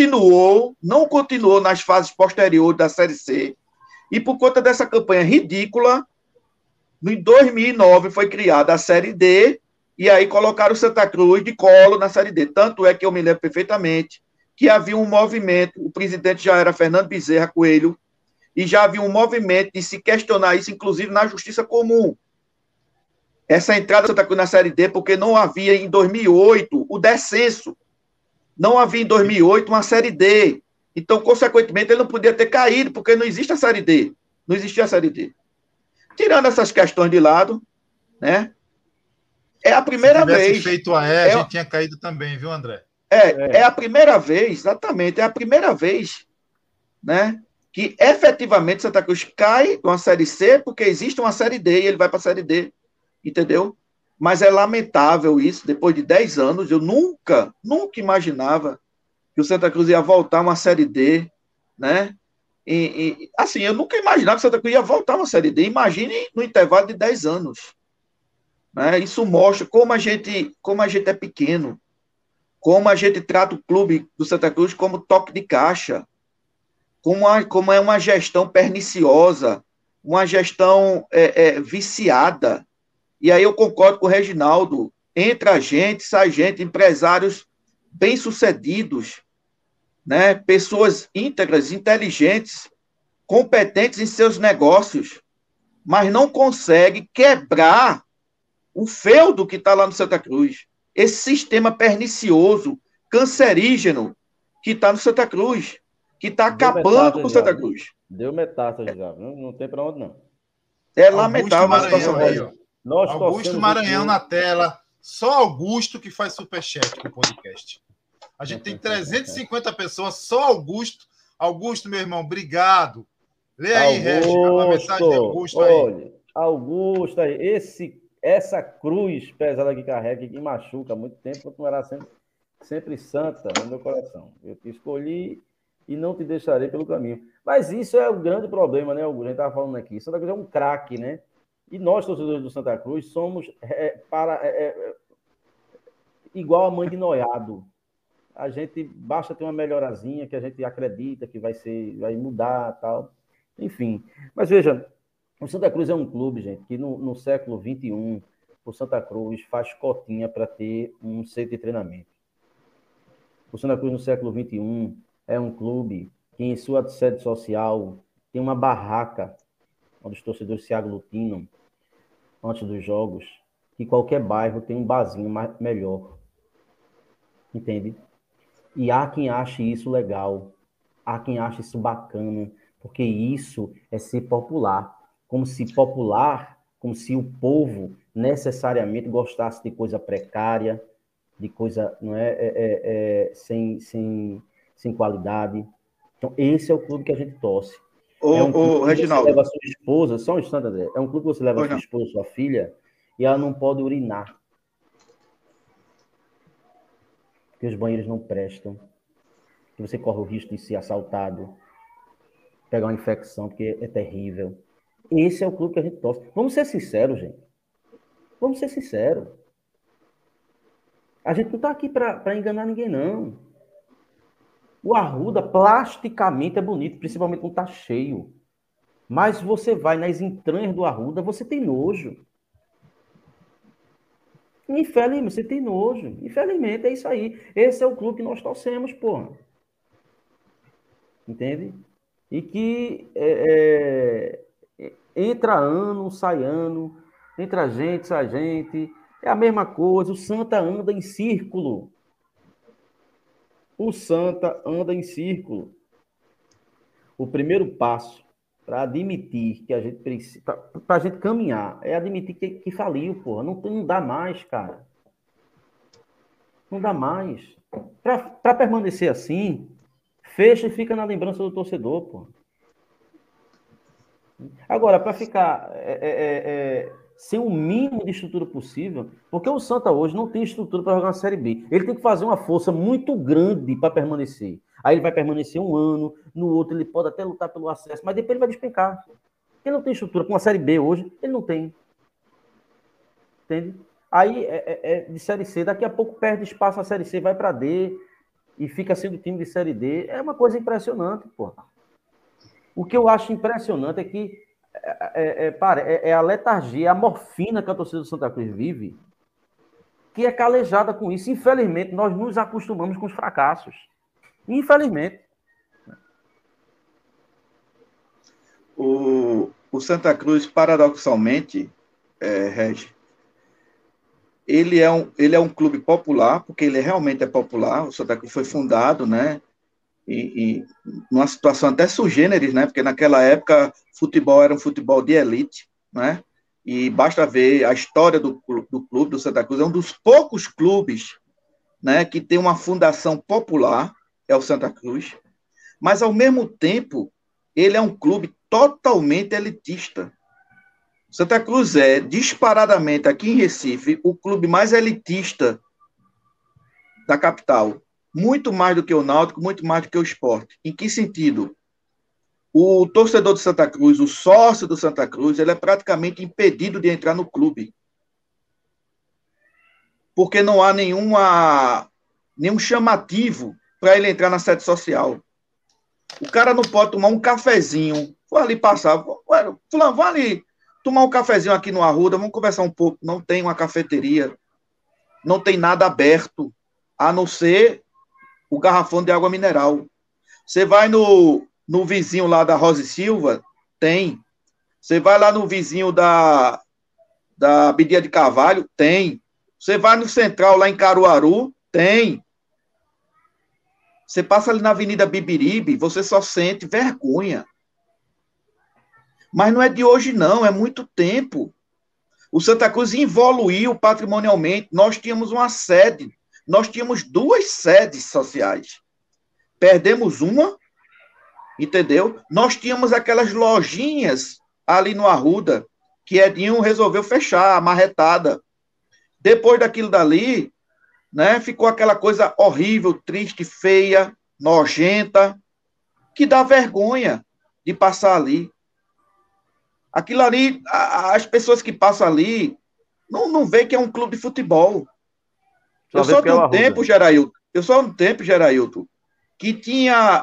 Não continuou nas fases posteriores da Série C. E por conta dessa campanha ridícula, em 2009 foi criada a Série D e aí colocaram o Santa Cruz de colo na Série D. Tanto é que eu me lembro perfeitamente que havia um movimento, o presidente já era Fernando Bezerra Coelho, e já havia um movimento de se questionar isso, inclusive na Justiça Comum. Essa entrada do Santa Cruz na Série D, porque não havia em 2008 o descenso. Não havia em 2008 uma Série D. Então, consequentemente, ele não podia ter caído, porque não existe a Série D. Não existia a Série D. Tirando essas questões de lado, né? É a primeira vez. Se tivesse feito a gente tinha caído também, viu, André? É a primeira vez, exatamente, é a primeira vez, né? Que efetivamente Santa Cruz cai uma Série C porque existe uma Série D e ele vai para a Série D, entendeu? Mas é lamentável isso, depois de 10 anos, eu nunca imaginava que o Santa Cruz ia voltar a uma Série D, né? Assim, eu nunca imaginava que o Santa Cruz ia voltar a uma Série D, imagine no intervalo de 10 anos. Né? Isso mostra como a gente é pequeno, como a gente trata o clube do Santa Cruz como toque de caixa, como é uma gestão perniciosa, uma gestão viciada. E aí eu concordo com o Reginaldo, entra gente, sai gente, empresários bem-sucedidos, né? Pessoas íntegras, inteligentes, competentes em seus negócios, mas não consegue quebrar o feudo que está lá no Santa Cruz. Esse sistema pernicioso, cancerígeno, que está no Santa Cruz, que está acabando com o Santa Cruz. Deu metástase já, não tem para onde não. É lamentável a situação aí. Augusto Maranhão na tela. Só Augusto que faz superchat com o podcast. A gente tem 350 pessoas, só Augusto. Augusto, meu irmão, obrigado. Lê aí, Regis, a mensagem de Augusto aí. Olha, Augusto aí, essa cruz pesada que carrega, que machuca há muito tempo, continuará sempre santa no meu coração. Eu te escolhi e não te deixarei pelo caminho. Mas isso é o grande problema, né, Augusto? A gente estava falando aqui. Santa Cruz é um craque, né? E nós, torcedores do Santa Cruz, somos igual a mãe de noiado. A gente basta ter uma melhorazinha que a gente acredita que vai mudar, tal. Enfim. Mas veja, o Santa Cruz é um clube, gente, que no século XXI, o Santa Cruz faz cotinha para ter um centro de treinamento. O Santa Cruz no século XXI é um clube que em sua sede social tem uma barraca onde os torcedores se aglutinam antes dos jogos, que qualquer bairro tem um barzinho melhor. Entende? E há quem ache isso legal, há quem ache isso bacana, porque isso é ser popular. Como se o povo necessariamente gostasse de coisa precária, de coisa sem qualidade. Então, esse é o clube que a gente torce. Reginaldo. Você leva a sua esposa, só um instante, André. É um clube que você leva a sua esposa, sua filha, e ela não pode urinar. Porque os banheiros não prestam. Que você corre o risco de ser assaltado, pegar uma infecção, porque é terrível. Esse é o clube que a gente torce. Vamos ser sinceros, gente. Vamos ser sinceros. A gente não está aqui para enganar ninguém, não. O Arruda, plasticamente, é bonito, principalmente quando está cheio. Mas você vai nas entranhas do Arruda, você tem nojo. Infelizmente, você tem nojo. Infelizmente, é isso aí. Esse é o clube que nós torcemos, porra. Entende? E que entra ano, sai ano, entra a gente, sai a gente. É a mesma coisa. O Santa anda em círculo. O Santa anda em círculo. O primeiro passo para admitir que a gente precisa, para a gente caminhar, é admitir que faliu, porra. Não dá mais, cara. Não dá mais. Para permanecer assim, fecha e fica na lembrança do torcedor, porra. Agora, para ficar sem o mínimo de estrutura possível, porque o Santa hoje não tem estrutura para jogar na Série B. Ele tem que fazer uma força muito grande para permanecer. Aí ele vai permanecer um ano, no outro ele pode até lutar pelo acesso, mas depois ele vai despencar. Ele não tem estrutura. Com a Série B hoje, ele não tem. Entende? Aí de Série C, daqui a pouco perde espaço a Série C, vai para D e fica sendo time de Série D. É uma coisa impressionante, pô. O que eu acho impressionante é que a letargia, a morfina que a torcida do Santa Cruz vive, que é calejada com isso. Infelizmente, nós nos acostumamos com os fracassos. Infelizmente. O Santa Cruz, paradoxalmente, Regi, ele é um clube popular, porque ele realmente é popular. O Santa Cruz foi fundado, né? E numa situação até sui generis, né? Porque naquela época futebol era um futebol de elite, né? E basta ver a história do clube do Santa Cruz, é um dos poucos clubes, né, que tem uma fundação popular, é o Santa Cruz, mas ao mesmo tempo ele é um clube totalmente elitista. Santa Cruz é disparadamente aqui em Recife o clube mais elitista da capital. Muito mais do que o Náutico, muito mais do que o Sport. Em que sentido? O torcedor do Santa Cruz, o sócio do Santa Cruz, ele é praticamente impedido de entrar no clube. Porque não há nenhum chamativo para ele entrar na sede social. O cara não pode tomar um cafezinho. Vou ali passar. Fulano, vou ali tomar um cafezinho aqui no Arruda, vamos conversar um pouco. Não tem uma cafeteria. Não tem nada aberto, a não ser o garrafão de água mineral. Você vai no vizinho lá da Rosa e Silva, tem. Você vai lá no vizinho da Abidia de Carvalho, tem. Você vai no Central, lá em Caruaru, tem. Você passa ali na Avenida Bibiribe, você só sente vergonha. Mas não é de hoje, não, é muito tempo. O Santa Cruz evoluiu patrimonialmente. Nós tínhamos uma sede. Nós tínhamos 2 sedes sociais. Perdemos uma, entendeu? Nós tínhamos aquelas lojinhas ali no Arruda, que Edinho resolveu fechar, marretada. Depois daquilo dali, né, ficou aquela coisa horrível, triste, feia, nojenta, que dá vergonha de passar ali. Aquilo ali, as pessoas que passam ali não veem que é um clube de futebol. Só Eu vê sou porque de é o um Arruda. tempo, Gerailton, que tinha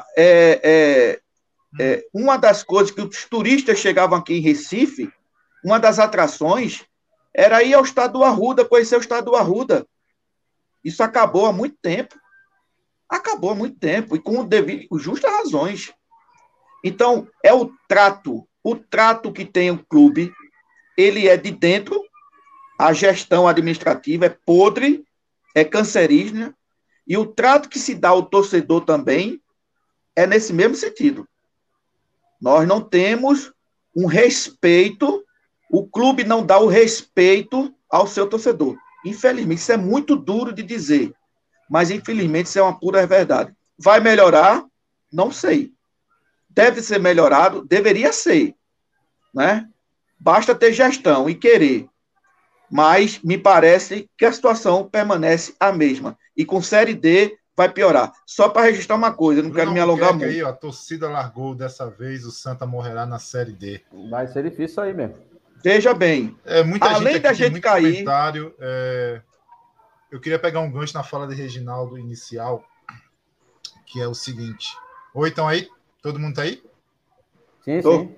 uma das coisas que os turistas chegavam aqui em Recife, uma das atrações, era ir ao estado do Arruda, conhecer o estado do Arruda. Isso acabou há muito tempo. Acabou há muito tempo, e com justas razões. Então, é o trato que tem o clube, ele é de dentro, a gestão administrativa é podre, é cancerígena, e o trato que se dá ao torcedor também é nesse mesmo sentido. Nós não temos um respeito, o clube não dá o respeito ao seu torcedor. Infelizmente, isso é muito duro de dizer, mas infelizmente isso é uma pura verdade. Vai melhorar? Não sei. Deve ser melhorado? Deveria ser, né? Basta ter gestão e querer. Mas me parece que a situação permanece a mesma. E com Série D vai piorar. Só para registrar uma coisa, não quero me alongar muito. Aí, ó, a torcida largou dessa vez, o Santa morrerá na Série D. Vai ser difícil aí mesmo. Veja bem, Além da gente cair... comentário, eu queria pegar um gancho na fala de Reginaldo inicial, que é o seguinte. Oi, estão aí? Todo mundo está aí? Sim, sim.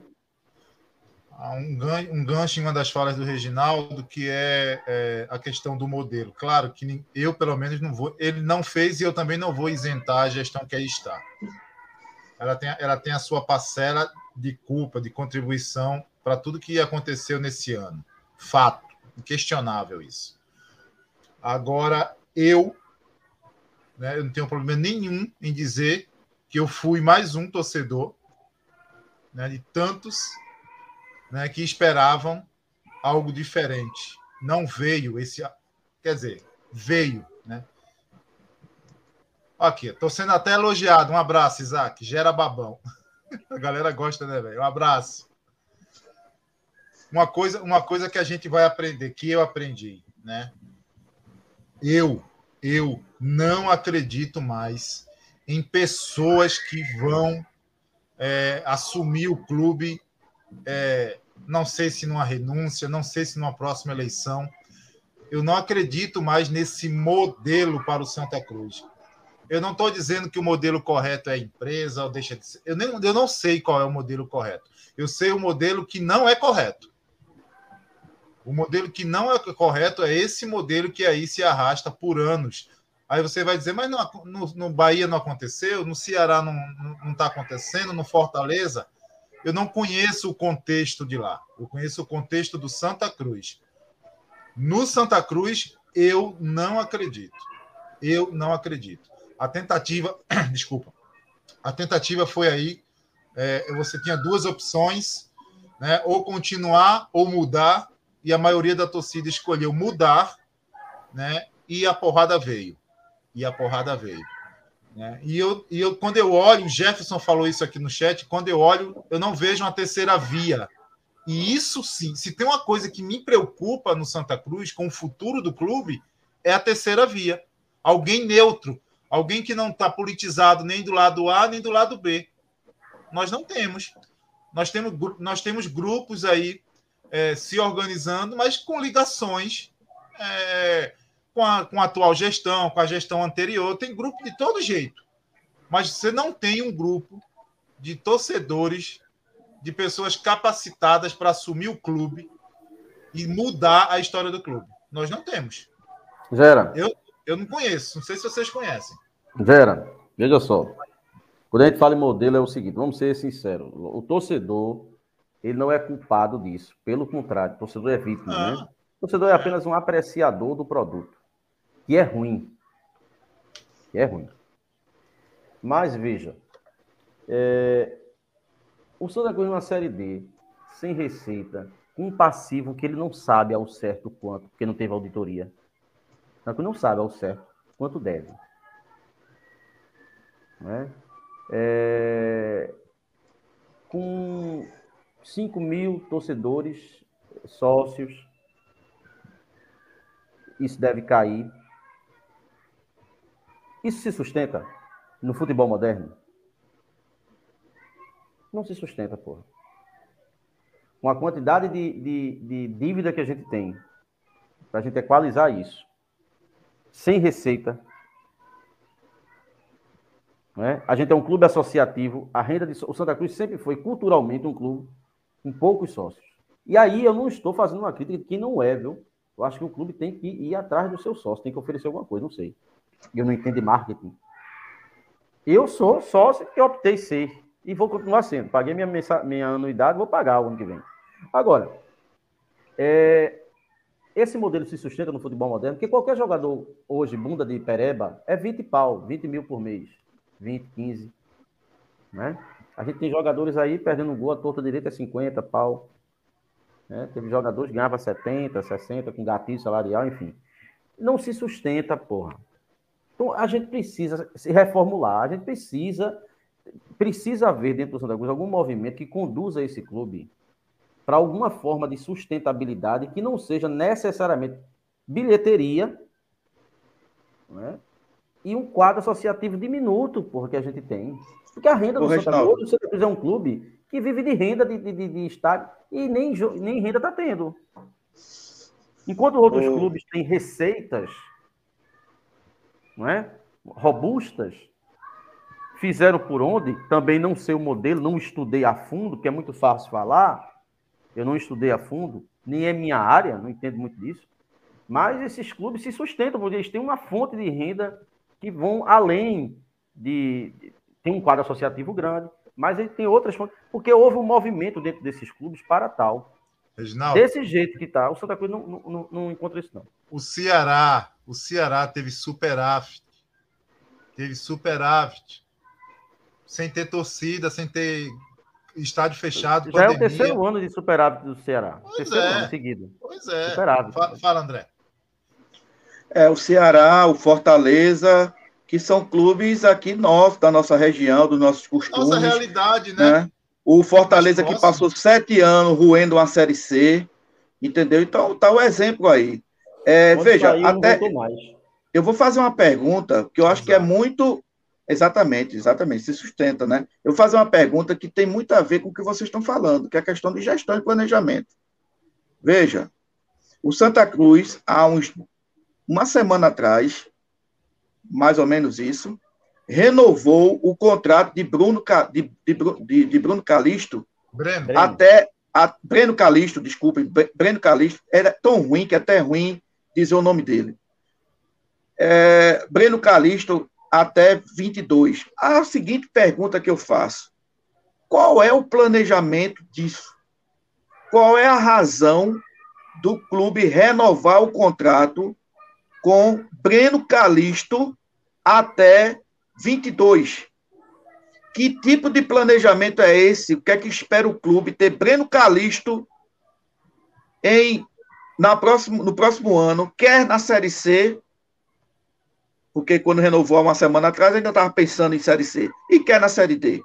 Um gancho em uma das falas do Reginaldo, que é a questão do modelo. Claro que eu, pelo menos, não vou. Ele não fez e eu também não vou isentar a gestão que aí está. Ela tem a sua parcela de culpa, de contribuição para tudo que aconteceu nesse ano. Fato, inquestionável isso. Agora, eu não tenho problema nenhum em dizer que eu fui mais um torcedor, né, de tantos, né, que esperavam algo diferente. Não veio esse... Quer dizer, veio, né? Aqui, estou sendo até elogiado. Um abraço, Isaac. Gera babão. A galera gosta, né, velho? Um abraço. Uma coisa que a gente vai aprender, que eu aprendi, né? Eu não acredito mais em pessoas que vão assumir o clube, não sei se numa renúncia, não sei se numa próxima eleição. Eu não acredito mais nesse modelo para o Santa Cruz. Eu não estou dizendo que o modelo correto é a empresa ou deixa de ser. Eu não sei qual é o modelo correto. Eu sei o modelo que não é correto. O modelo que não é correto é esse modelo que aí se arrasta por anos. Aí você vai dizer, mas no Bahia não aconteceu, no Ceará não está acontecendo, no Fortaleza. Eu não conheço o contexto de lá. Eu conheço o contexto do Santa Cruz. No Santa Cruz, eu não acredito. Eu não acredito. A tentativa... Desculpa. A tentativa foi aí. Você tinha duas opções, né? Ou continuar ou mudar. E a maioria da torcida escolheu mudar, né? E a porrada veio. Né? E eu, quando eu olho, o Jefferson falou isso aqui no chat, quando eu olho, eu não vejo uma terceira via. E isso sim, se tem uma coisa que me preocupa no Santa Cruz, com o futuro do clube, é a terceira via. Alguém neutro, alguém que não está politizado nem do lado A, nem do lado B. Nós não temos. Nós temos grupos aí se organizando, mas com ligações com a atual gestão, com a gestão anterior. Tem grupo de todo jeito. Mas você não tem um grupo de torcedores, de pessoas capacitadas para assumir o clube e mudar a história do clube. Nós não temos. Gera. Eu não conheço. Não sei se vocês conhecem. Gera, veja só. Quando a gente fala em modelo, é o seguinte, vamos ser sinceros. O torcedor, ele não é culpado disso. Pelo contrário, o torcedor é vítima, né? O torcedor é apenas um apreciador do produto, que é ruim. Mas, veja, o Santa Cruz numa Série D, sem receita, com um passivo que ele não sabe ao certo quanto, porque não teve auditoria. O Santa Cruz não sabe ao certo quanto deve. Né? Com 5 mil torcedores, sócios, isso deve cair. Isso se sustenta no futebol moderno? Não se sustenta, porra. com a quantidade de dívida que a gente tem, para a gente equalizar isso, sem receita, né? A gente é um clube associativo, o Santa Cruz sempre foi culturalmente um clube com poucos sócios. E aí eu não estou fazendo uma crítica que não é, viu? Eu acho que o clube tem que ir atrás do seu sócio, tem que oferecer alguma coisa, não sei. Eu não entendo de marketing. Eu sou sócio que optei ser e vou continuar sendo. Paguei minha anuidade, vou pagar o ano que vem. Agora, esse modelo se sustenta no futebol moderno, porque qualquer jogador hoje, bunda de pereba, é 20 pau, 20 mil por mês, 20, 15, né? A gente tem jogadores aí perdendo um gol, a torta direita é 50 pau, né? Teve jogadores que ganhavam 70, 60, com gatilho salarial, enfim. Não se sustenta, porra. Então, a gente precisa se reformular, a gente precisa haver dentro do Santa Cruz algum movimento que conduza esse clube para alguma forma de sustentabilidade que não seja necessariamente bilheteria, né? E um quadro associativo diminuto, porra, que a gente tem. Porque a renda do Santa Cruz, o Santa Cruz é um clube que vive de renda de estádio e nem renda está tendo. Enquanto outros clubes têm receitas, não é? Robustas, fizeram por onde? Também não sei o modelo, não estudei a fundo, porque é muito fácil falar. Eu não estudei a fundo, nem é minha área, não entendo muito disso. Mas esses clubes se sustentam, porque eles têm uma fonte de renda que vão além tem um quadro associativo grande, mas ele tem outras fontes, porque houve um movimento dentro desses clubes para tal. Reginaldo, desse jeito que está, o Santa Cruz não encontra isso, não. O Ceará teve superávit. Sem ter torcida, sem ter estádio fechado. Já pandemia. É o terceiro ano de superávit do Ceará. Terceiro ano seguido. Pois é. Superávit. Fala, André. O Ceará, o Fortaleza, que são clubes aqui nossos, da nossa região, dos nossos costumes. Nossa realidade, né? O Fortaleza que passou 7 anos roendo uma Série C, entendeu? Então, tá o exemplo aí. Veja, até eu vou fazer uma pergunta que eu acho que é muito... Exatamente, se sustenta, né? Eu vou fazer uma pergunta que tem muito a ver com o que vocês estão falando, que é a questão de gestão e planejamento. Veja, o Santa Cruz, uma semana atrás, mais ou menos isso, renovou o contrato de Bruno Calixto Breno Calixto, desculpem, Breno Calixto, era tão ruim que é até ruim dizer o nome dele. Breno Calixto até 22. A seguinte pergunta que eu faço: qual é o planejamento disso? Qual é a razão do clube renovar o contrato com Breno Calixto até 22? Que tipo de planejamento é esse? O que é que espera o clube ter Breno Calixto no próximo ano, quer na Série C, porque quando renovou há uma semana atrás ainda estava pensando em Série C, e quer na Série D?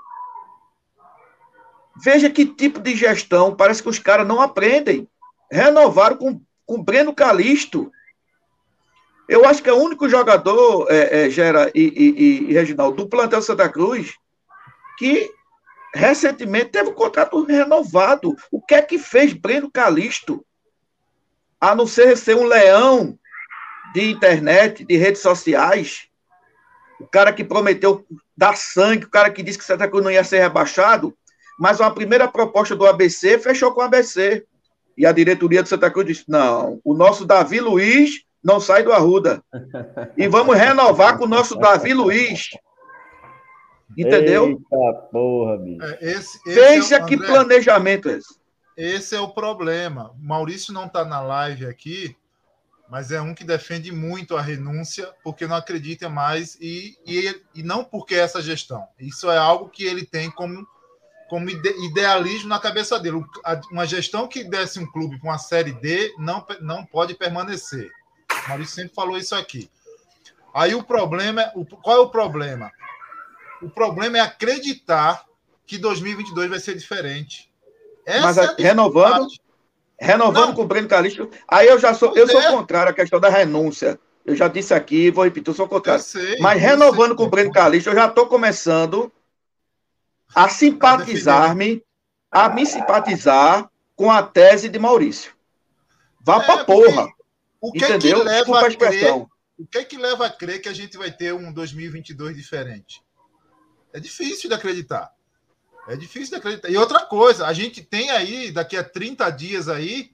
Veja que tipo de gestão, parece que os caras não aprendem. Renovaram com Breno Calixto. Eu acho que é o único jogador, Gera e Reginaldo, do plantel Santa Cruz, que recentemente teve o contrato renovado. O que é que fez Breno Calixto? A não ser um leão de internet, de redes sociais, o cara que prometeu dar sangue, o cara que disse que Santa Cruz não ia ser rebaixado, mas uma primeira proposta do ABC fechou com o ABC. E a diretoria do Santa Cruz disse: não, o nosso Davi Luiz não sai do Arruda. E vamos renovar com o nosso Davi Luiz. Entendeu? Eita porra, bicho. Veja que planejamento é esse. Esse é o problema. Maurício não está na live aqui, mas é um que defende muito a renúncia, porque não acredita mais, e não porque essa gestão. Isso é algo que ele tem como idealismo na cabeça dele. Uma gestão que desse um clube com a Série D não pode permanecer. O Maurício sempre falou isso aqui. Aí o problema... Qual é o problema? O problema é acreditar que 2022 vai ser diferente. Mas renovando com o Breno Calixto, aí eu sou contrário à questão da renúncia. Eu já disse aqui, vou repetir, eu sou contrário. Mas renovando com o Breno Calixto, eu já estou começando a simpatizar com com a tese de Maurício. Vá pra porra. O que entendeu? Que leva Desculpa a a crer, expressão. o que leva a crer que a gente vai ter um 2022 diferente? É difícil de acreditar. É difícil de acreditar. E outra coisa, a gente tem aí, daqui a 30 dias aí,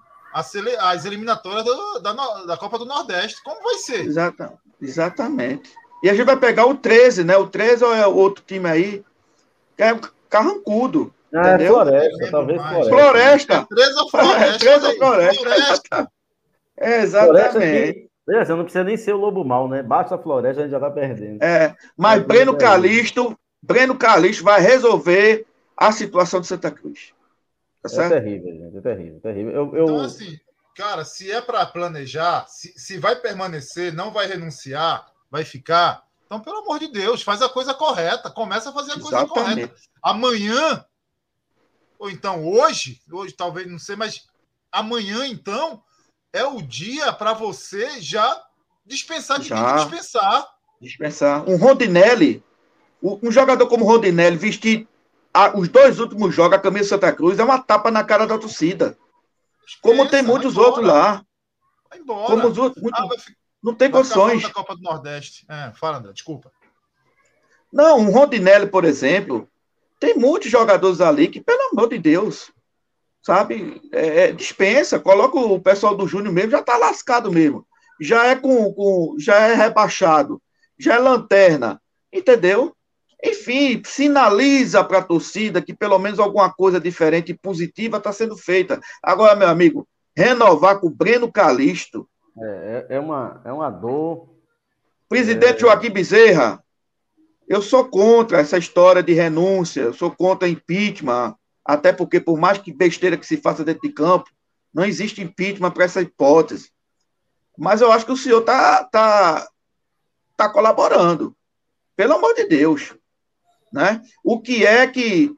as eliminatórias da Copa do Nordeste. Como vai ser? Exatamente. E a gente vai pegar o 13, né? O 13 é o outro time aí, que é carrancudo. Entendeu? Floresta, talvez Floresta. É 13 ou Floresta. 13 ou Floresta. Exatamente. Floresta, não precisa nem ser o Lobo Mal, né? Basta a Floresta, a gente já tá perdendo. Mas Breno Calixto vai resolver a situação de Santa Cruz. Tá certo? É terrível, gente. É terrível, terrível. Então, assim, cara, se é para planejar, se vai permanecer, não vai renunciar, vai ficar, então, pelo amor de Deus, faz a coisa correta. Começa a fazer a coisa correta. Amanhã, ou então hoje talvez, não sei, mas amanhã, então, é o dia para você já dispensar que tem que dispensar. Um Rondinelli, um jogador como Rondinelli, vestir os 2 últimos jogos, a camisa de Santa Cruz, é uma tapa na cara da torcida. Como tem muitos outros lá. Vai embora. Como os outros, não tem condições. Da Copa do Nordeste. Fala, André, desculpa. Não, um Rondinelli, por exemplo, tem muitos jogadores ali que, pelo amor de Deus, sabe, dispensa, coloca o pessoal do Júnior mesmo, já tá lascado mesmo. Já é rebaixado, já é lanterna, entendeu? Enfim, sinaliza para a torcida que pelo menos alguma coisa diferente e positiva está sendo feita. Agora, meu amigo, renovar com o Breno Calixto. É uma dor. Presidente Joaquim Bezerra, eu sou contra essa história de renúncia, eu sou contra impeachment, até porque, por mais que besteira que se faça dentro de campo, não existe impeachment para essa hipótese. Mas eu acho que o senhor tá colaborando. Pelo amor de Deus. Né? O que é que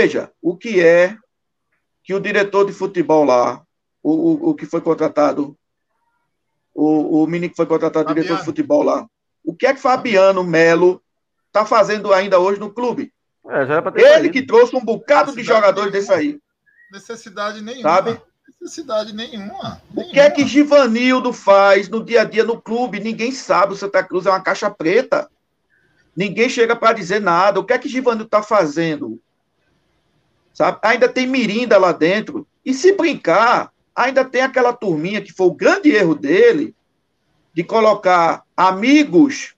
o diretor de futebol lá, o que foi contratado, o menino que foi contratado, Fabiano. Diretor de futebol lá, o que é que Fabiano Melo está fazendo ainda hoje no clube? Já era ele que trouxe um bocado de jogadores desse aí. Necessidade nenhuma. Sabe? Necessidade nenhuma. O que é que Givanildo faz no dia a dia no clube? Ninguém sabe. O Santa Cruz é uma caixa preta. Ninguém chega para dizer nada. O que é que Givanildo está fazendo? Sabe? Ainda tem mirinda lá dentro. E se brincar, ainda tem aquela turminha que foi o grande erro dele, de colocar amigos,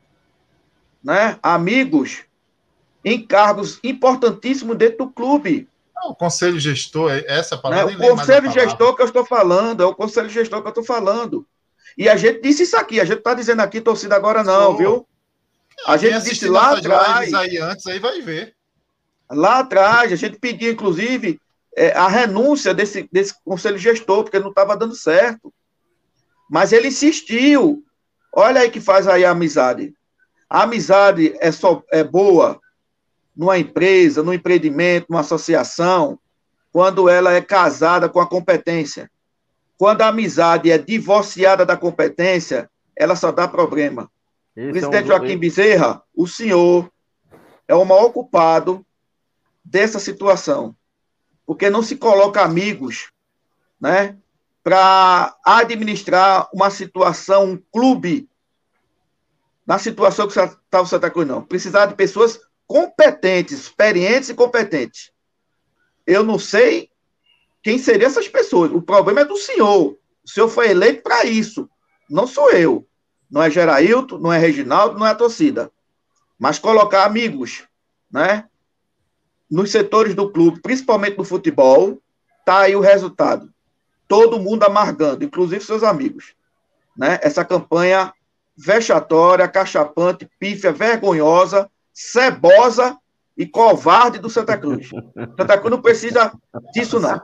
né? Amigos em cargos importantíssimos dentro do clube. O conselho gestor, essa palavra. O conselho gestor que eu estou falando, é o conselho gestor que eu estou falando. E a gente disse isso aqui, a gente está dizendo aqui, torcida, agora não, viu? A gente disse lá atrás. Aí antes, aí vai ver. Lá atrás, a gente pediu, inclusive, a renúncia desse conselho gestor, porque não estava dando certo. Mas ele insistiu. Olha aí que faz aí a amizade. A amizade é boa numa empresa, num empreendimento, numa associação, quando ela é casada com a competência. Quando a amizade é divorciada da competência, ela só dá problema. Presidente Joaquim Bezerra, o senhor é o maior culpado dessa situação, porque não se coloca amigos, né, para administrar uma situação, um clube, na situação que está o Santa Cruz, não. Precisar de pessoas competentes, experientes e competentes. Eu não sei quem seriam essas pessoas. O problema é do senhor. O senhor foi eleito para isso. Não sou eu. Não é Gerailton, não é Reginaldo, não é a torcida. Mas colocar amigos, né, nos setores do clube, principalmente no futebol, tá aí o resultado. Todo mundo amargando, inclusive seus amigos. Né? Essa campanha vexatória, cachapante, pífia, vergonhosa, cebosa e covarde do Santa Cruz. Santa Cruz não precisa disso, não.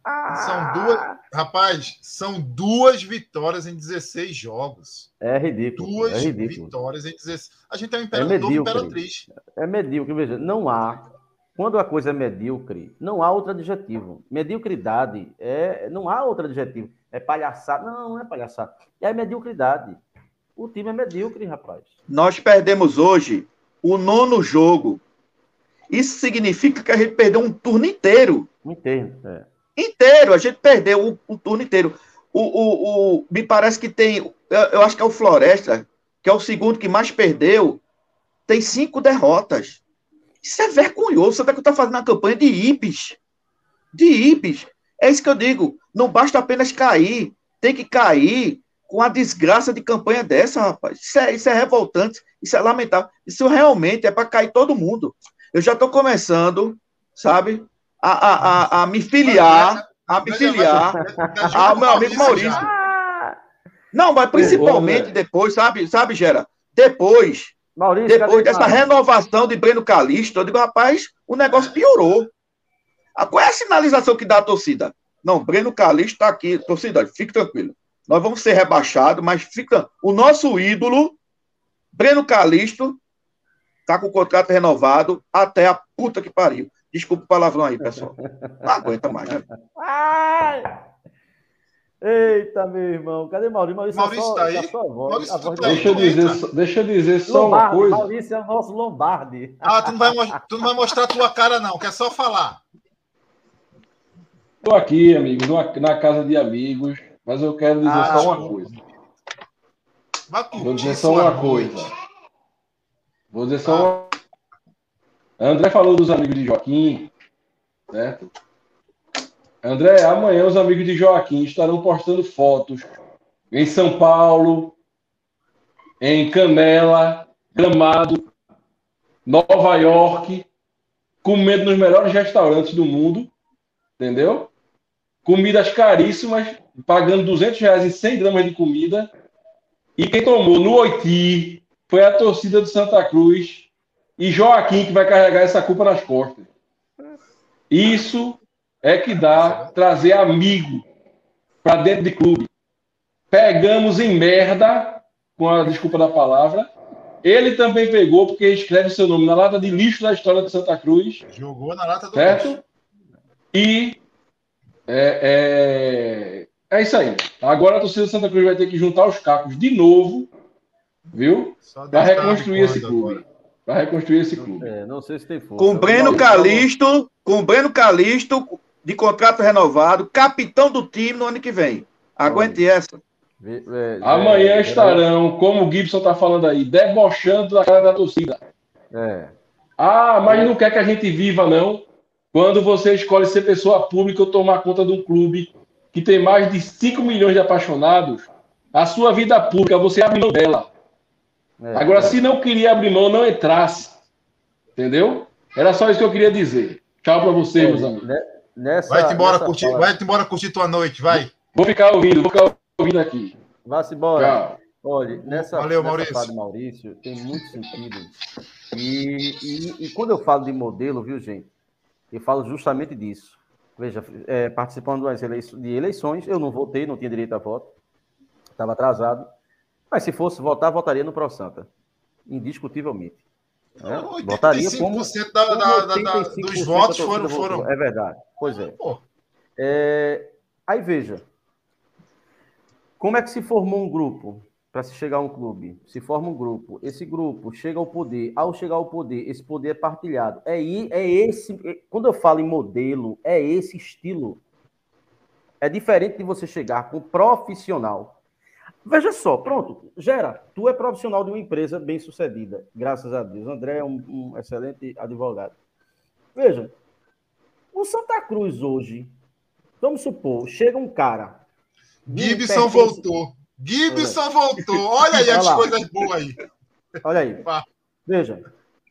São duas vitórias em 16 jogos. É ridículo. Duas vitórias em 16. A gente tem um novo Imperatriz. É medíocre, veja. Não há. Quando a coisa é medíocre, não há outro adjetivo. Mediocridade, não há outro adjetivo. É palhaçada. Não é palhaçada. É mediocridade. O time é medíocre, rapaz. Nós perdemos hoje o 9º jogo. Isso significa que a gente perdeu um turno inteiro. Inteiro, a gente perdeu o turno inteiro. Me parece que tem, eu acho que é o Floresta, que é o segundo que mais perdeu, tem 5 derrotas. Isso é vergonhoso. O Santa Cruz está fazendo uma campanha de Ibis. De Ibis. É isso que eu digo. Não basta apenas cair. Tem que cair com a desgraça de campanha dessa, rapaz. Isso é revoltante. Isso é lamentável. Isso realmente é para cair todo mundo. Eu já estou começando, sabe, a me filiar. A me filiar ao meu amigo Maurício. Não, mas principalmente depois, sabe, Gera? Depois dessa renovação de Breno Calixto, eu digo, rapaz, o negócio piorou. Qual é a sinalização que dá a torcida? Não, Breno Calixto está aqui. Torcida, fique tranquilo. Nós vamos ser rebaixados, mas fica. O nosso ídolo, Breno Calixto, está com o contrato renovado até a puta que pariu. Desculpa o palavrão aí, pessoal. Não aguenta mais, né? Eita, meu irmão. Cadê Maurício? Maurício tá aí? Deixa eu dizer só uma coisa. Maurício é o nosso Lombardi. Tu não vai mostrar a tua cara, não. Quer só falar. Estou aqui, amigos, na casa de amigos, mas eu quero dizer só uma coisa. Vou dizer só uma coisa. André falou dos amigos de Joaquim, certo? André, amanhã os amigos de Joaquim estarão postando fotos em São Paulo, em Canela, Gramado, Nova York, comendo nos melhores restaurantes do mundo, entendeu? Comidas caríssimas, pagando R$200 em 100 gramas de comida. E quem tomou no Oiti foi a torcida do Santa Cruz e Joaquim, que vai carregar essa culpa nas costas. Isso é que dá trazer amigo para dentro de clube. Pegamos em merda, com a desculpa da palavra. Ele também pegou, porque escreve seu nome na lata de lixo da história do Santa Cruz. Jogou na lata do certo? lixo. E é isso aí. Agora a torcida do Santa Cruz vai ter que juntar os cacos de novo, viu? Para reconstruir esse clube. Não sei se tem força. Com Breno Calixto, de contrato renovado, capitão do time no ano que vem. Aguente essa. Amanhã estarão, como o Gibson está falando aí, debochando da cara da torcida. Mas não quer que a gente viva, não. Quando você escolhe ser pessoa pública ou tomar conta de um clube que tem mais de 5 milhões de apaixonados, a sua vida pública, você abre mão dela. Agora, se não queria abrir mão, não entrasse. Entendeu? Era só isso que eu queria dizer. Tchau para vocês, meus amigos. Vai-te embora curtir tua noite, vai. Vou ficar ouvindo aqui. Vá-se embora. Tchau. Olha, Valeu, Maurício. Fala de Maurício, tem muito sentido. E quando eu falo de modelo, viu, gente? Eu falo justamente disso. Veja, participando de eleições, eu não votei, não tinha direito a voto. Estava atrasado. Mas se fosse votar, votaria no ProSanta. Indiscutivelmente. Votaria como 85% dos votos foram. É verdade. Pois aí veja. Como é que se formou um grupo para se chegar a um clube? Se forma um grupo. Esse grupo chega ao poder. Ao chegar ao poder, esse poder é partilhado. Quando eu falo em modelo, é esse estilo. É diferente de você chegar com profissional. Veja só, pronto. Gera, tu é profissional de uma empresa bem-sucedida. Graças a Deus. André é um excelente advogado. Veja, o Santa Cruz hoje, vamos supor, chega um cara... Gibson voltou. Olha aí as coisas boas aí. Olha aí. Veja.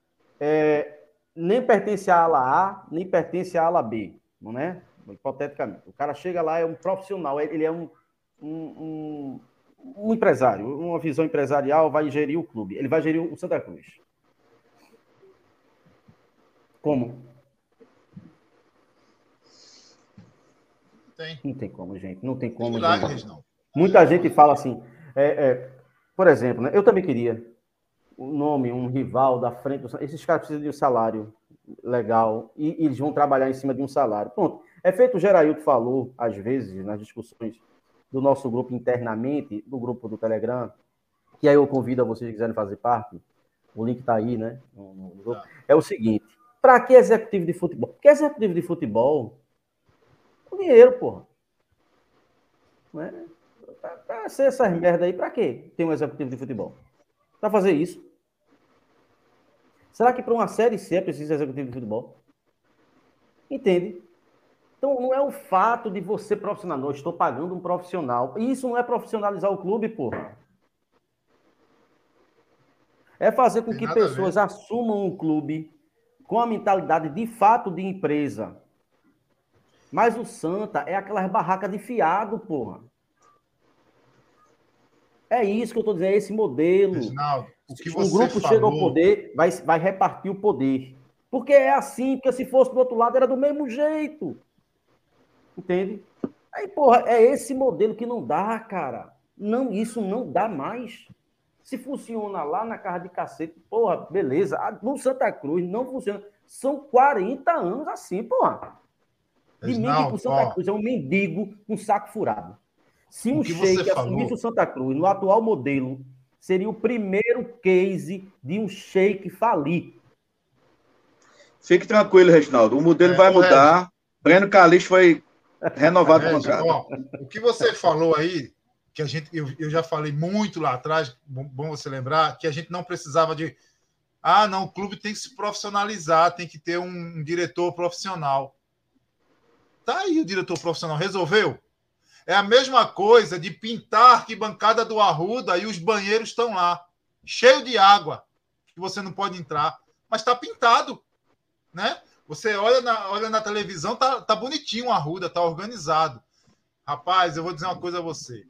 Nem pertence à ala A, nem pertence à ala B. Não é? Hipoteticamente. O cara chega lá, é um profissional. Ele é um empresário. Uma visão empresarial, vai gerir o clube. Ele vai gerir o Santa Cruz. Como? Não tem como, gente. Não tem como. Milagres, não. Muita gente fala assim. Por exemplo, né? Eu também queria um nome, um rival da frente. Esses caras precisam de um salário legal e eles vão trabalhar em cima de um salário. Pronto. É feito o Geraildo falou, às vezes, nas discussões do nosso grupo internamente, do grupo do Telegram, que aí eu convido a vocês que quiserem fazer parte. O link está aí, né? No grupo. É o seguinte. Para que executivo de futebol? Porque executivo de futebol... O dinheiro, porra. Não é? Pra ser essas merda aí, pra quê? Tem um executivo de futebol. Pra fazer isso. Será que para uma Série C é preciso executivo de futebol? Entende? Então, não é o fato de você profissional. Não, eu estou pagando um profissional. Isso não é profissionalizar o clube, porra. É fazer com que pessoas assumam um clube com a mentalidade de fato de empresa. Mas o Santa é aquelas barracas de fiado, porra. É isso que eu estou dizendo, é esse modelo. Reginaldo, o que Um você grupo falou... chega ao poder, vai repartir o poder. Porque é assim, porque se fosse do outro lado era do mesmo jeito. Entende? Aí, porra, é esse modelo que não dá, cara. Não, isso não dá mais. Se funciona lá na casa de cacete, porra, beleza. No Santa Cruz não funciona. São 40 anos assim, porra. De mim que o Santa Cruz é um mendigo com saco furado. Se um sheik assumisse o Santa Cruz no atual modelo, seria o primeiro case de um sheik falir. Fique tranquilo, Reginaldo. O modelo vai mudar. Breno Calixto foi renovado o contrato. O que você falou aí, que eu já falei muito lá atrás, bom você lembrar, que a gente não precisava de... Ah, não, o clube tem que se profissionalizar, tem que ter um diretor profissional. Tá aí o diretor profissional, resolveu? É a mesma coisa de pintar a arquibancada do Arruda e os banheiros estão lá, cheio de água, que você não pode entrar, mas está pintado, né? Você olha na televisão, tá bonitinho o Arruda, tá organizado. Rapaz, eu vou dizer uma coisa a você.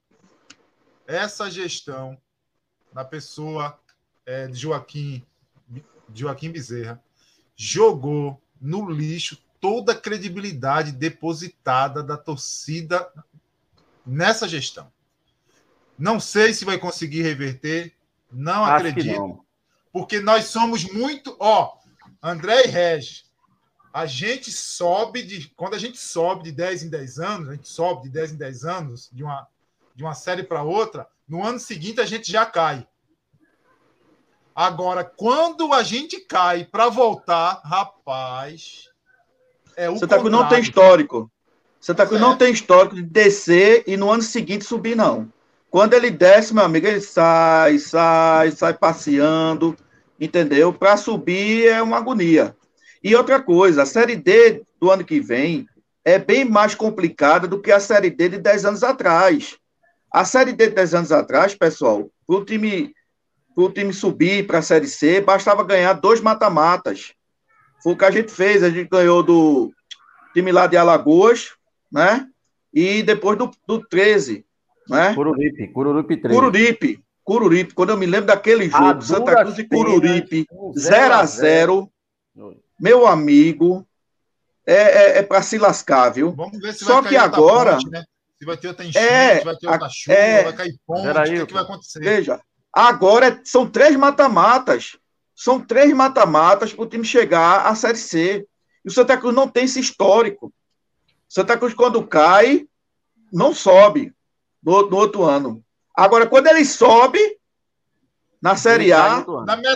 Essa gestão da pessoa de Joaquim Bezerra jogou no lixo toda a credibilidade depositada da torcida nessa gestão. Não sei se vai conseguir reverter, não acredito, não. Porque nós somos muito... André e Regis, a gente sobe quando a gente sobe de 10 em 10 anos, a gente sobe de 10 em 10 anos de uma série para outra, no ano seguinte a gente já cai. Agora, quando a gente cai para voltar, rapaz... Santa Cruz não tem histórico. Santa Cruz não tem histórico de descer e no ano seguinte subir, não. Quando ele desce, meu amigo, ele sai passeando, entendeu? Para subir é uma agonia. E outra coisa, a Série D do ano que vem é bem mais complicada do que a Série D de 10 anos atrás. A Série D de 10 anos atrás, pessoal, para o time subir para a Série C, bastava ganhar 2 mata-matas. Foi o que a gente fez, a gente ganhou do time lá de Alagoas, né? E depois do 13, né? Cururipe 13. Cururipe. Quando eu me lembro daquele jogo, Santa Cruz e Cururipe, 0-0, meu amigo, é para se lascar, viu? Vamos ver se só vai que agora... ponte, né? Se vai ter outra enchente, vai ter outra chuva, vai cair ponte, o que vai acontecer? Veja, agora são 3 mata-matas. São 3 mata-matas para o time chegar à Série C. E o Santa Cruz não tem esse histórico. O Santa Cruz, quando cai, não sobe no outro ano. Agora, quando ele sobe, na Série A,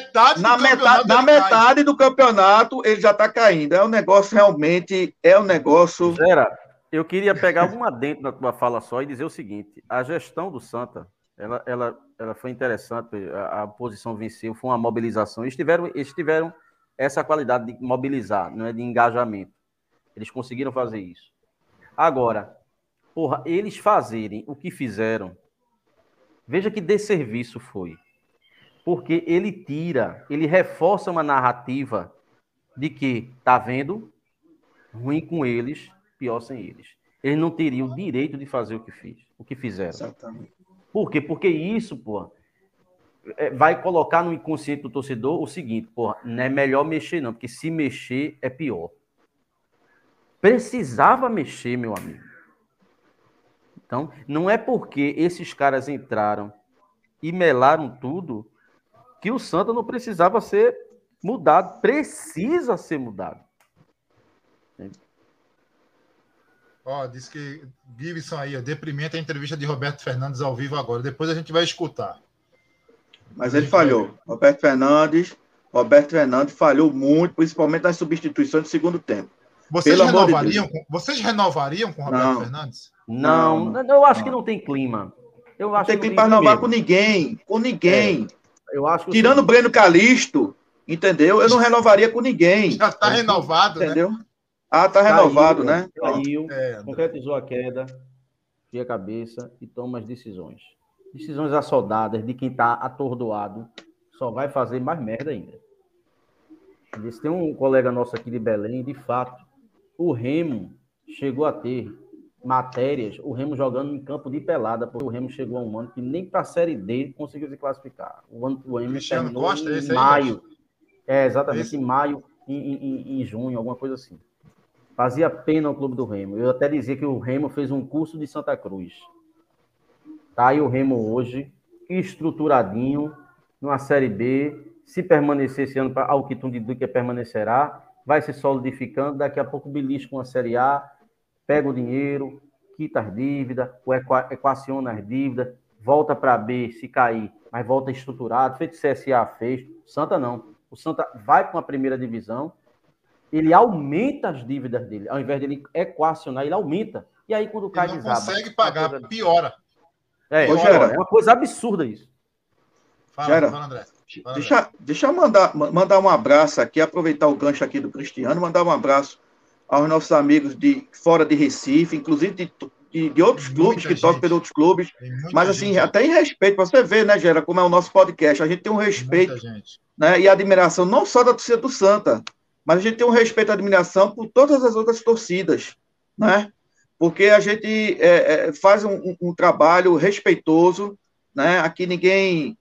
na metade do campeonato, ele já está caindo. É um negócio realmente... Zera, eu queria pegar uma dentro da tua fala só e dizer o seguinte. A gestão do Santa... Ela foi interessante, a oposição venceu, foi uma mobilização. Eles tiveram essa qualidade de mobilizar, não é, de engajamento. Eles conseguiram fazer isso. Agora, porra, eles fazerem o que fizeram, veja que desserviço foi. Porque ele reforça uma narrativa de que, tá vendo, ruim com eles, pior sem eles. Eles não teriam o direito de fazer o que fizeram. Exatamente. Por quê? Porque isso, porra, vai colocar no inconsciente do torcedor o seguinte, porra, não é melhor mexer não, porque se mexer é pior. Precisava mexer, meu amigo. Então, não é porque esses caras entraram e melaram tudo que o Santa não precisava ser mudado. Precisa ser mudado. Diz que Gibson aí, deprimente a entrevista de Roberto Fernandes ao vivo agora. Depois a gente vai escutar. Mas ele falhou. Roberto Fernandes falhou muito, principalmente nas substituições do segundo tempo. Vocês Pelo amor de renovariam com o Roberto Não. Fernandes? Não, eu acho que não tem clima. Eu Não acho tem que que renovar primeiro. com ninguém. Com ninguém. Eu acho que Tirando o Breno Calixto, entendeu? Eu não renovaria com ninguém. Já está renovado, Entendeu? Ah, tá renovado, né? Caiu, É, concretizou a queda, cria a cabeça e toma as decisões. Decisões assodadas de quem está atordoado só vai fazer mais merda ainda. Tem um colega nosso aqui de Belém, de fato, o Remo chegou a ter matérias, o Remo jogando em campo de pelada, porque o Remo chegou a um ano que nem para a Série D conseguiu se classificar. O ano que o Remo Cristiano terminou Costa, em esse aí, maio. Exatamente, Esse? em maio, em junho, alguma coisa assim. Fazia pena o clube do Remo. Eu até dizia que o Remo fez um curso de Santa Cruz. Tá aí o Remo hoje, estruturadinho, numa Série B. Se permanecer esse ano, ao que tudo indica permanecerá, vai se solidificando. Daqui a pouco belisca uma Série A, pega o dinheiro, quita as dívidas, equaciona as dívidas, volta para B se cair, mas volta estruturado, feito o CSA fez. O Santa não. O Santa vai para a primeira divisão, ele aumenta as dívidas dele, ao invés de ele equacionar, ele aumenta. E aí, quando cai, ele não desaba. consegue pagar, piora. É uma coisa absurda isso. Fala, André. Deixa eu mandar um abraço aqui, aproveitar o gancho aqui do Cristiano, mandar um abraço aos nossos amigos de fora de Recife, inclusive de outros clubes que torcem pelos outros clubes. Mas, assim, até em respeito, para você ver, né, Gera, como é o nosso podcast, a gente tem um respeito, né, e admiração não só da torcida do Santa, mas a gente tem um respeito e admiração por todas as outras torcidas, né? Porque a gente faz um trabalho respeitoso, né? Aqui ninguém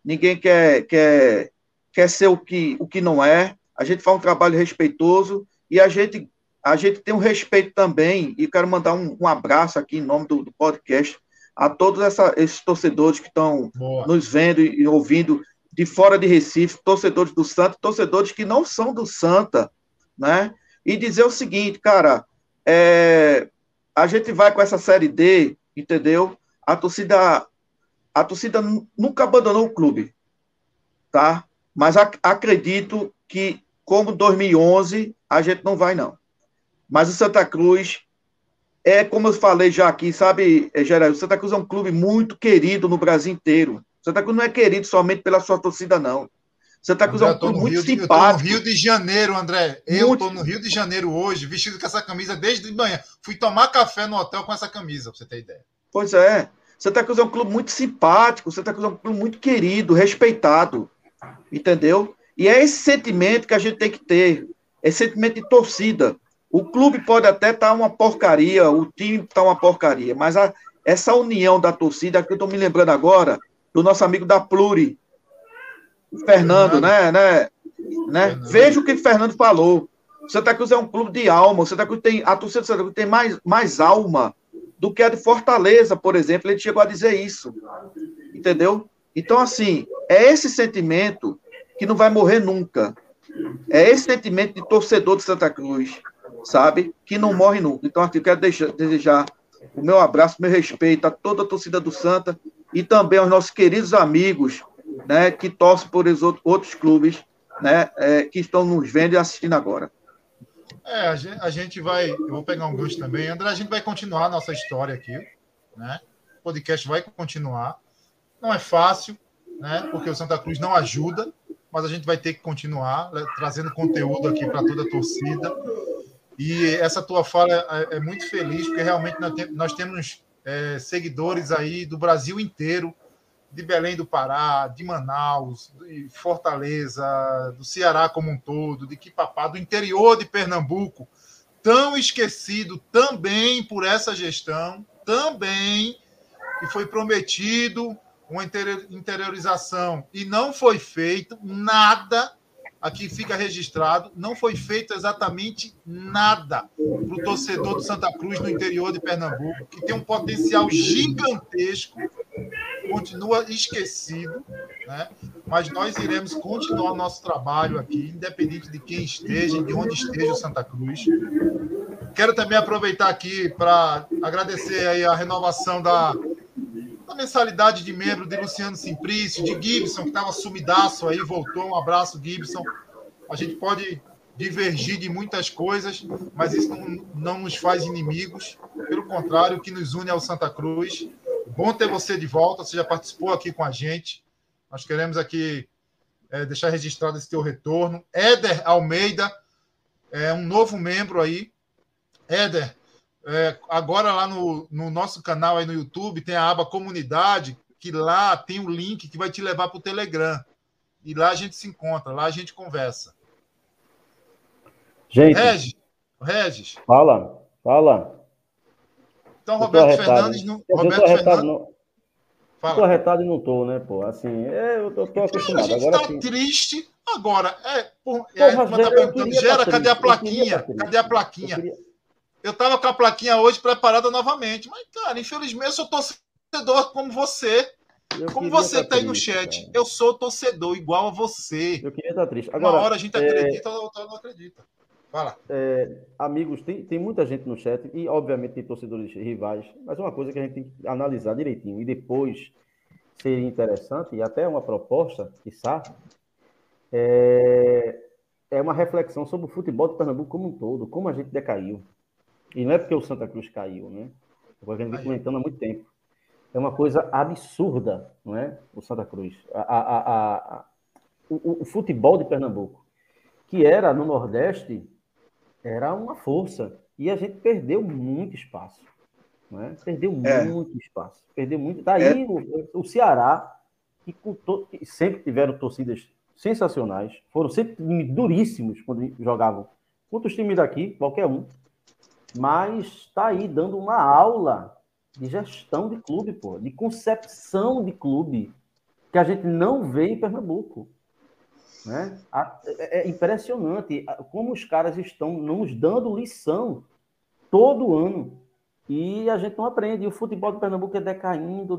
quer ser o que não é. A gente faz um trabalho respeitoso e a gente tem um respeito também, e quero mandar um abraço aqui em nome do podcast a todos esses torcedores que estão nos vendo e ouvindo de fora de Recife, torcedores do Santa, torcedores que não são do Santa, né? E dizer o seguinte, cara, a gente vai com essa Série D, entendeu? A torcida nunca abandonou o clube, tá? Mas acredito que, como 2011, a gente não vai, não. Mas o Santa Cruz como eu falei já aqui, sabe, Geraldo, o Santa Cruz é um clube muito querido no Brasil inteiro. Santa Cruz não é querido somente pela sua torcida, não. Santa Cruz é um clube muito simpático. Eu estou no Rio de Janeiro, André. Eu estou no Rio de Janeiro hoje, vestido com essa camisa desde de manhã. Fui tomar café no hotel com essa camisa, para você ter ideia. Pois é. Santa Cruz é um clube muito simpático, Santa Cruz é um clube muito querido, respeitado. Entendeu? E é esse sentimento que a gente tem que ter. Esse sentimento de torcida. O clube pode até estar uma porcaria, o time está uma porcaria, mas essa união da torcida, que eu estou me lembrando agora, do nosso amigo da Pluri, o Fernando, né? Veja o que o Fernando falou. O Santa Cruz é um clube de alma. A torcida do Santa Cruz tem mais alma do que a de Fortaleza, por exemplo. Ele chegou a dizer isso. Entendeu? Então, assim, é esse sentimento que não vai morrer nunca. É esse sentimento de torcedor de Santa Cruz, sabe? Que não morre nunca. Então, aqui eu quero desejar o meu abraço, meu respeito a toda a torcida do Santa e também aos nossos queridos amigos, né, que torcem por outros clubes, né, que estão nos vendo e assistindo agora. A gente vai... Eu vou pegar um gancho também. André, a gente vai continuar a nossa história aqui, né? O podcast vai continuar. Não é fácil, né? Porque o Santa Cruz não ajuda, mas a gente vai ter que continuar trazendo conteúdo aqui para toda a torcida. E essa tua fala é muito feliz, porque realmente nós temos seguidores aí do Brasil inteiro, de Belém do Pará, de Manaus, de Fortaleza, do Ceará como um todo, de Quipapá, do interior de Pernambuco, tão esquecido também por essa gestão, também, que foi prometido uma interiorização e não foi feito nada. Aqui fica registrado, não foi feito exatamente nada para o torcedor do Santa Cruz no interior de Pernambuco, que tem um potencial gigantesco, continua esquecido, né? Mas nós iremos continuar o nosso trabalho aqui, independente de quem esteja, de onde esteja o Santa Cruz. Quero também aproveitar aqui para agradecer aí a renovação da mensalidade de membro de Luciano Simplício, de Gibson, que estava sumidaço aí, voltou. Um abraço, Gibson. A gente pode divergir de muitas coisas, mas isso não nos faz inimigos. Pelo contrário, o que nos une é o Santa Cruz. Bom ter você de volta, você já participou aqui com a gente. Nós queremos aqui deixar registrado esse teu retorno. Éder Almeida, um novo membro aí. Éder, agora lá no nosso canal aí no YouTube tem a aba Comunidade, que lá tem um link que vai te levar para o Telegram. E lá a gente se encontra, lá a gente conversa. Gente, Regis. Fala. Então, Roberto Fernandes... Estou arretado e não estou, né, pô? Assim, eu tô acostumado. A gente agora, tá assim... triste agora. Gera, cadê a plaquinha? Cadê a plaquinha? Eu tava com a plaquinha hoje preparada novamente. Mas, cara, infelizmente, eu sou torcedor como você. Como você que tá aí no chat. Cara. Eu sou torcedor igual a você. Eu queria estar triste. Agora, uma hora a gente acredita, outra não acredita. Fala. Amigos, tem muita gente no chat e, obviamente, tem torcedores rivais, mas uma coisa que a gente tem que analisar direitinho e depois seria interessante, e até uma proposta, quiçá, é uma reflexão sobre o futebol de Pernambuco como um todo, como a gente decaiu. E não é porque o Santa Cruz caiu, né? É porque a gente vem comentando há muito tempo. É uma coisa absurda, não é? O Santa Cruz. O futebol de Pernambuco, que era no Nordeste, era uma força. E a gente perdeu muito espaço. Não é? Perdeu muito espaço. Perdeu muito. Daí o Ceará, que sempre tiveram torcidas sensacionais, foram sempre duríssimos quando jogavam contra os times daqui, qualquer um. Mas está aí dando uma aula de gestão de clube, pô, de concepção de clube, que a gente não vê em Pernambuco. Né? É impressionante como os caras estão nos dando lição todo ano e a gente não aprende. E o futebol de Pernambuco é decaindo,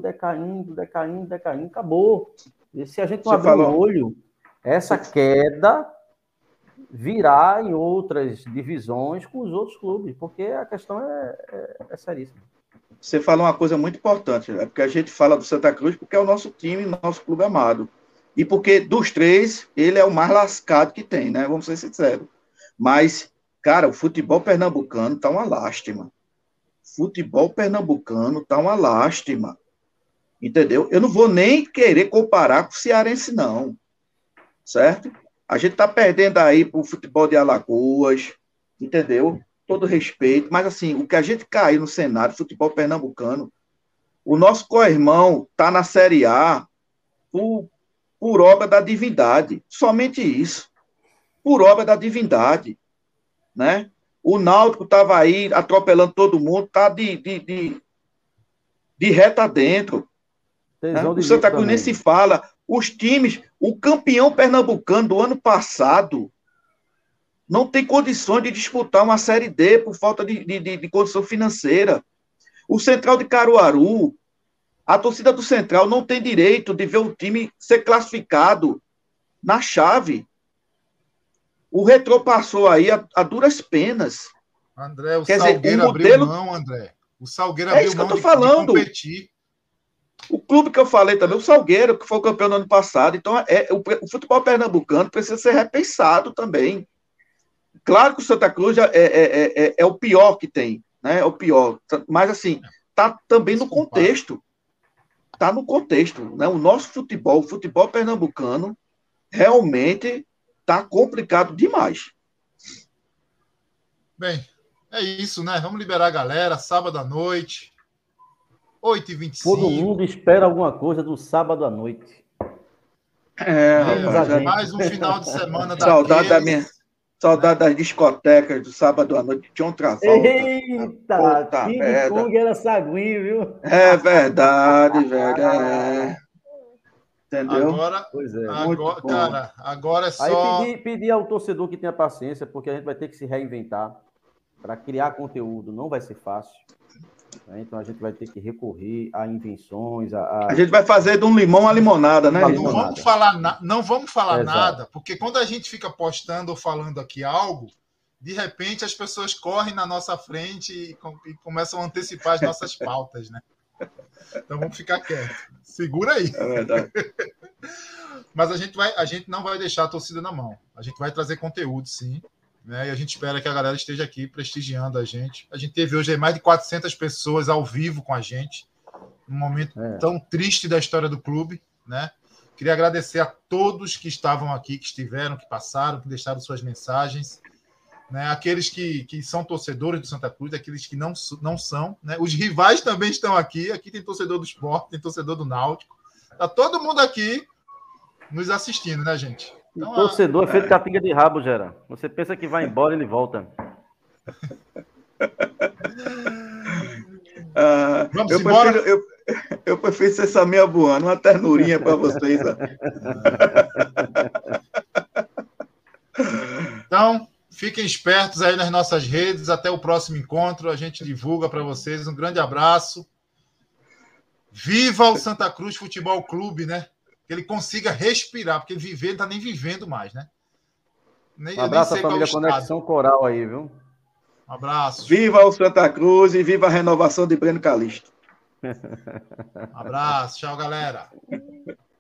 acabou. E se a gente não abrir o olho, essa queda virá em outras divisões com os outros clubes, porque a questão é seríssima. Você falou uma coisa muito importante, é porque a gente fala do Santa Cruz porque é o nosso time, nosso clube amado. E porque dos três, ele é o mais lascado que tem, né? Vamos ser sinceros. Mas, cara, o futebol pernambucano tá uma lástima. Futebol pernambucano tá uma lástima. Entendeu? Eu não vou nem querer comparar com o cearense, não. Certo? A gente tá perdendo aí pro futebol de Alagoas, entendeu? Todo respeito. Mas, assim, o que a gente caiu no cenário, futebol pernambucano, o nosso co-irmão tá na Série A por obra da divindade, somente isso, por obra da divindade, né? O Náutico estava aí atropelando todo mundo, tá de reta dentro. Né? O Santa Cruz nem se fala. Os times, o campeão pernambucano do ano passado não tem condições de disputar uma Série D por falta de condição financeira. O Central de Caruaru, a torcida do Central não tem direito de ver o time ser classificado na chave. O Retrô passou aí a duras penas. André, o Salgueiro abriu mão, André. O Salgueiro abriu mão de competir. O clube que eu falei também, o Salgueiro, que foi o campeão no ano passado. Então, o futebol pernambucano precisa ser repensado também. Claro que o Santa Cruz é o pior que tem, né? É o pior. Mas, assim, está também no contexto. Está no contexto, né? O nosso futebol, o futebol pernambucano, realmente está complicado demais. Bem, é isso, né? Vamos liberar a galera, sábado à noite, 8h25. Todo mundo espera alguma coisa do sábado à noite. Mais um final de semana Saudade das discotecas do sábado à noite. Tinha outra volta. Eita, King Kong era saguinho, viu? É verdade, velho. Entendeu? Agora, pois é. Agora é só... Aí pedir ao torcedor que tenha paciência, porque a gente vai ter que se reinventar. Para criar conteúdo não vai ser fácil. Né? Então a gente vai ter que recorrer a invenções. A gente vai fazer de um limão uma limonada, né? Não vamos falar nada, porque quando a gente fica postando ou falando aqui algo, de repente as pessoas correm na nossa frente e começam a antecipar as nossas pautas, né? Então vamos ficar quietos. Segura aí. É verdade. Mas a gente não vai deixar a torcida na mão. A gente vai trazer conteúdo, sim. né? E a gente espera que a galera esteja aqui prestigiando a gente. A gente teve hoje mais de 400 pessoas ao vivo com a gente, num momento tão triste da história do clube, né? Queria agradecer a todos que estavam aqui, que estiveram, que passaram, que deixaram suas mensagens, né? Aqueles que são torcedores do Santa Cruz, aqueles que não são, né? Os rivais também estão aqui. Aqui tem torcedor do Sport, tem torcedor do Náutico. Tá todo mundo aqui nos assistindo, né, gente? Então, o torcedor é feito catinga de rabo, Gera. Você pensa que vai embora, ele volta. Vamos embora? Eu prefiro ser Samia voando, uma ternurinha para vocês. Então, fiquem espertos aí nas nossas redes. Até o próximo encontro. A gente divulga para vocês. Um grande abraço. Viva o Santa Cruz Futebol Clube, né? Que ele consiga respirar, porque viver não está nem vivendo mais, né? Um abraço à família Conexão Coral aí, viu? Um abraço. Viva o Santa Cruz e viva a renovação de Breno Calixto. Um abraço. Tchau, galera.